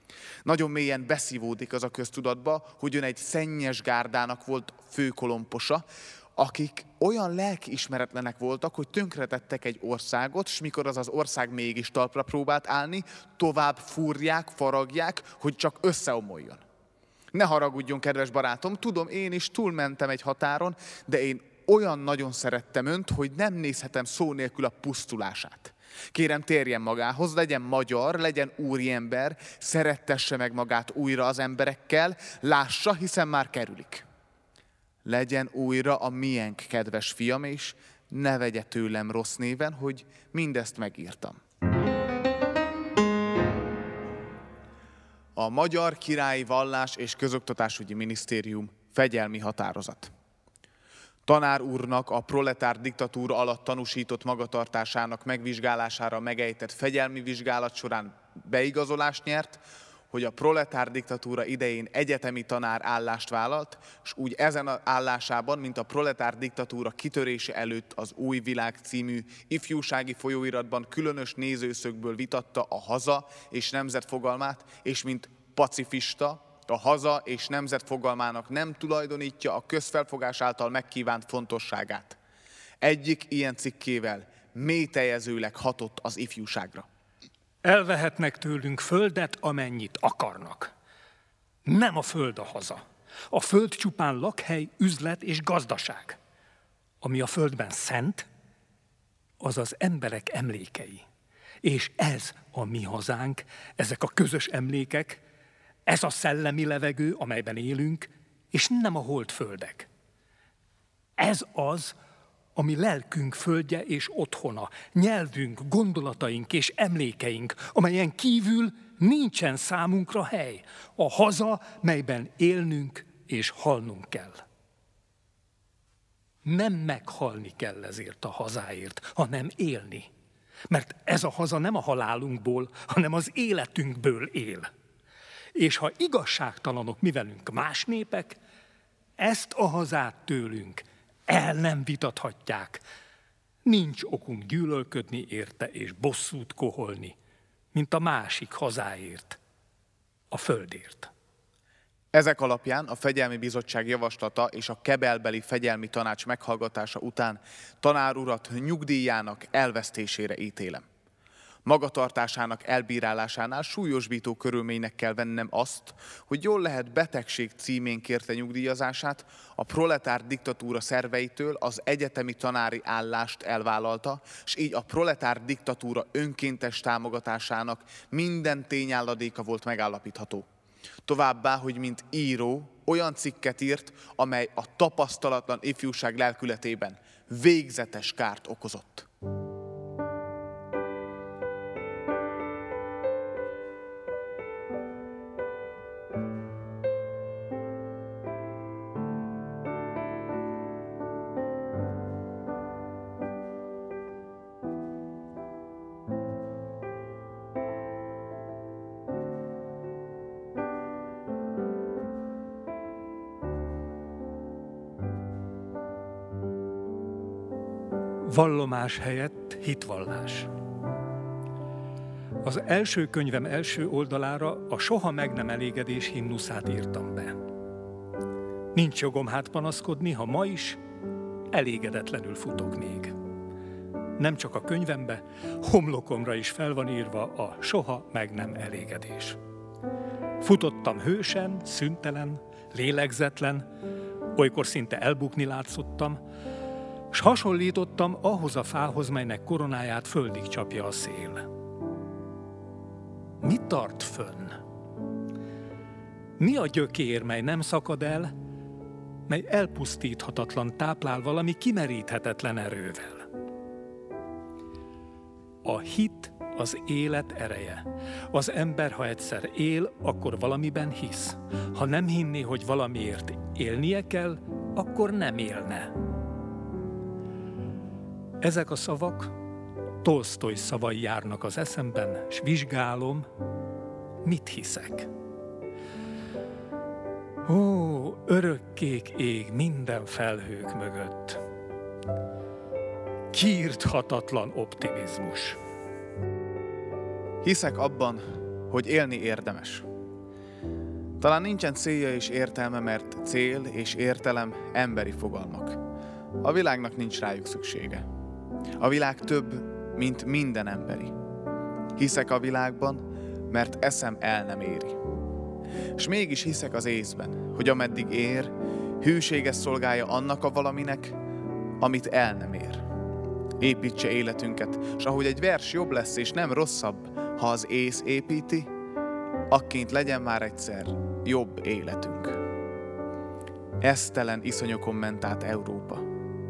Nagyon mélyen beszívódik az a köztudatba, hogy ön egy szennyes gárdának volt főkolomposa, akik olyan lelkiismeretlenek voltak, hogy tönkretettek egy országot, és mikor az az ország mégis talpra próbált állni, tovább fúrják, faragják, hogy csak összeomoljon. Ne haragudjon, kedves barátom, tudom, én is túlmentem egy határon, de én olyan nagyon szerettem önt, hogy nem nézhetem szó nélkül a pusztulását. Kérem, térjen magához, legyen magyar, legyen úriember, szerettesse meg magát újra az emberekkel, lássa, hiszen már kerülik. Legyen újra a miénk, kedves fiam, és ne vegye tőlem rossz néven, hogy mindezt megírtam. A Magyar Királyi Vallás és Közoktatásügyi Minisztérium fegyelmi határozat. Tanár úrnak a proletár diktatúra alatt tanúsított magatartásának megvizsgálására megejtett fegyelmi vizsgálat során beigazolást nyert, hogy a proletár diktatúra idején egyetemi tanár állást vállalt, és úgy ezen az állásában, mint a proletár diktatúra kitörése előtt az Új Világ című ifjúsági folyóiratban különös nézőszögből vitatta a haza és nemzet fogalmát, és mint pacifista, a haza és nemzet fogalmának nem tulajdonítja a közfelfogás által megkívánt fontosságát. Egyik ilyen cikkével mélytejezőleg hatott az ifjúságra. Elvehetnek tőlünk földet, amennyit akarnak. Nem a föld a haza. A föld csupán lakhely, üzlet és gazdaság. Ami a földben szent, az az emberek emlékei. És ez a mi hazánk, ezek a közös emlékek, ez a szellemi levegő, amelyben élünk, és nem a holdföldek. Ez az, ami lelkünk földje és otthona, nyelvünk, gondolataink és emlékeink, amelyen kívül nincsen számunkra hely. A haza, melyben élnünk és halnunk kell. Nem meghalni kell ezért a hazáért, hanem élni. Mert ez a haza nem a halálunkból, hanem az életünkből él. És ha igazságtalanok mi velünk más népek, ezt a hazát tőlünk el nem vitathatják. Nincs okunk gyűlölködni érte és bosszút koholni, mint a másik hazáért, a földért. Ezek alapján a Fegyelmi Bizottság javaslata és a kebelbeli fegyelmi tanács meghallgatása után tanár urat nyugdíjának elvesztésére ítélem. Magatartásának elbírálásánál súlyosbító körülménynek kell vennem azt, hogy jól lehet betegség címén kérte nyugdíjazását, a proletár diktatúra szerveitől az egyetemi tanári állást elvállalta, és így a proletár diktatúra önkéntes támogatásának minden tényálladéka volt megállapítható. Továbbá, hogy mint író olyan cikket írt, amely a tapasztalatlan ifjúság lelkületében végzetes kárt okozott. Vallomás helyett hitvallás. Az első könyvem első oldalára a soha meg nem elégedés himnuszát írtam be. Nincs jogom hát panaszkodni, ha ma is elégedetlenül futok még. Nem csak a könyvembe, homlokomra is fel van írva a soha meg nem elégedés. Futottam hősen, szüntelen, lélegzetlen, olykor szinte elbukni látszottam, s hasonlítottam ahhoz a fához, melynek koronáját földig csapja a szél. Mi tart fönn? Mi a gyökér, mely nem szakad el, mely elpusztíthatatlan táplál valami kimeríthetetlen erővel? A hit az élet ereje. Az ember, ha egyszer él, akkor valamiben hisz. Ha nem hinné, hogy valamiért élnie kell, akkor nem élne. Ezek a szavak Tolsztoj szavai járnak az eszemben, s vizsgálom, mit hiszek. Ó, örökkék ég minden felhők mögött. Kiirthatatlan optimizmus. Hiszek abban, hogy élni érdemes. Talán nincsen célja és értelme, mert cél és értelem emberi fogalmak. A világnak nincs rájuk szüksége. A világ több, mint minden emberi. Hiszek a világban, mert eszem el nem éri. És mégis hiszek az észben, hogy ameddig ér, hűséges szolgálja annak a valaminek, amit el nem ér. Építse életünket, s ahogy egy vers jobb lesz és nem rosszabb, ha az ész építi, akként legyen már egyszer jobb életünk. Esztelen iszonyokon ment át Európa.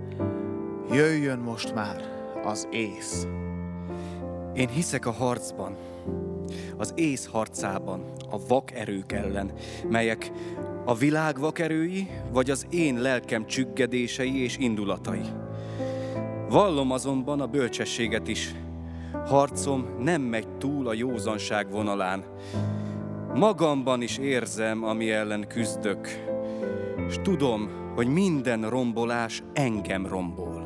Jöjjön most már az ész. Én hiszek a harcban, az ész harcában, a vak erők ellen, melyek a világ vakerői, vagy az én lelkem csüggedései és indulatai. Vallom azonban a bölcsességet is. Harcom nem megy túl a józanság vonalán. Magamban is érzem, ami ellen küzdök, s tudom, hogy minden rombolás engem rombol.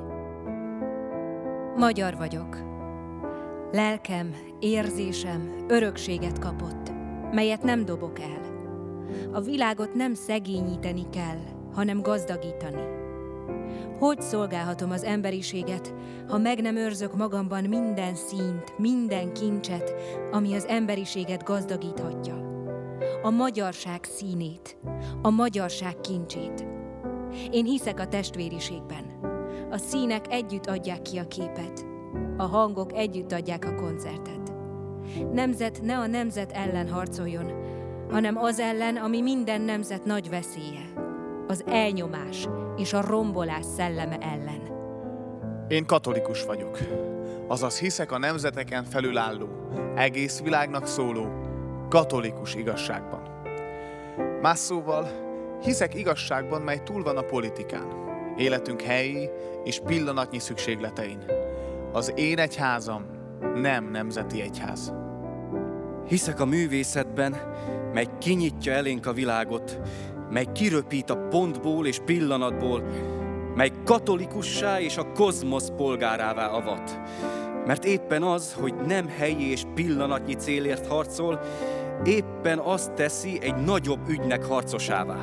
Magyar vagyok. Lelkem, érzésem örökséget kapott, melyet nem dobok el. A világot nem szegényíteni kell, hanem gazdagítani. Hogy szolgálhatom az emberiséget, ha meg nem őrzök magamban minden színt, minden kincset, ami az emberiséget gazdagíthatja? A magyarság színét, a magyarság kincsét. Én hiszek a testvériségben. A színek együtt adják ki a képet, a hangok együtt adják a koncertet. Nemzet ne a nemzet ellen harcoljon, hanem az ellen, ami minden nemzet nagy veszélye, az elnyomás és a rombolás szelleme ellen. Én katolikus vagyok, azaz hiszek a nemzeteken felülálló, egész világnak szóló, katolikus igazságban. Más szóval, hiszek igazságban, mely túl van a politikán, életünk helyi és pillanatnyi szükségletein. Az én egyházam nem nemzeti egyház. Hiszek a művészetben, mely kinyitja elénk a világot, mely kiröpít a pontból és pillanatból, mely katolikussá és a kozmosz polgárává avat. Mert éppen az, hogy nem helyi és pillanatnyi célért harcol, éppen azt teszi egy nagyobb ügynek harcosává.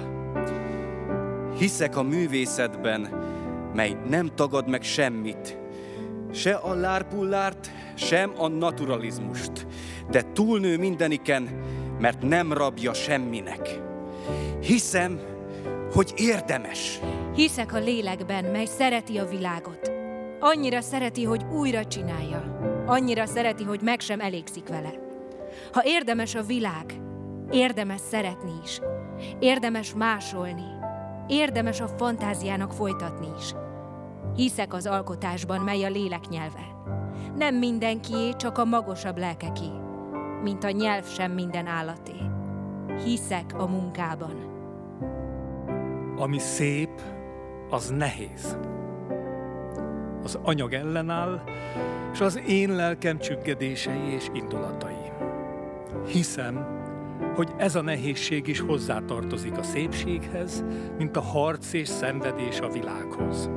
Hiszek a művészetben, mely nem tagad meg semmit, se a lárpullárt, sem a naturalizmust, de túlnő mindeniken, mert nem rabja semminek. Hiszem, hogy érdemes. Hiszek a lélekben, mely szereti a világot. Annyira szereti, hogy újra csinálja. Annyira szereti, hogy meg sem elégszik vele. Ha érdemes a világ, érdemes szeretni is. Érdemes másolni. Érdemes a fantáziának folytatni is. Hiszek az alkotásban, mely a lélek nyelve. Nem mindenkié, csak a magosabb lelkeké, mint a nyelv sem minden állaté. Hiszek a munkában. Ami szép, az nehéz. Az anyag ellenáll, és az én lelkem csüggedései és indulatai. Hiszem, hogy ez a nehézség is hozzátartozik a szépséghez, mint a harc és szenvedés a világhoz.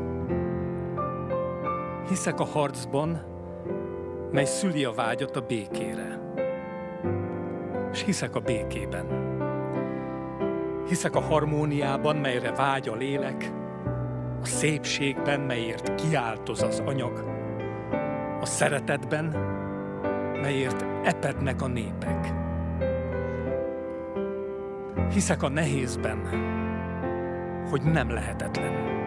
Hiszek a harcban, mely szüli a vágyat a békére. És hiszek a békében. Hiszek a harmóniában, melyre vágy a lélek, a szépségben, melyért kiáltoz az anyag, a szeretetben, melyért epednek a népek. Hiszek a nehézben, hogy nem lehetetlen.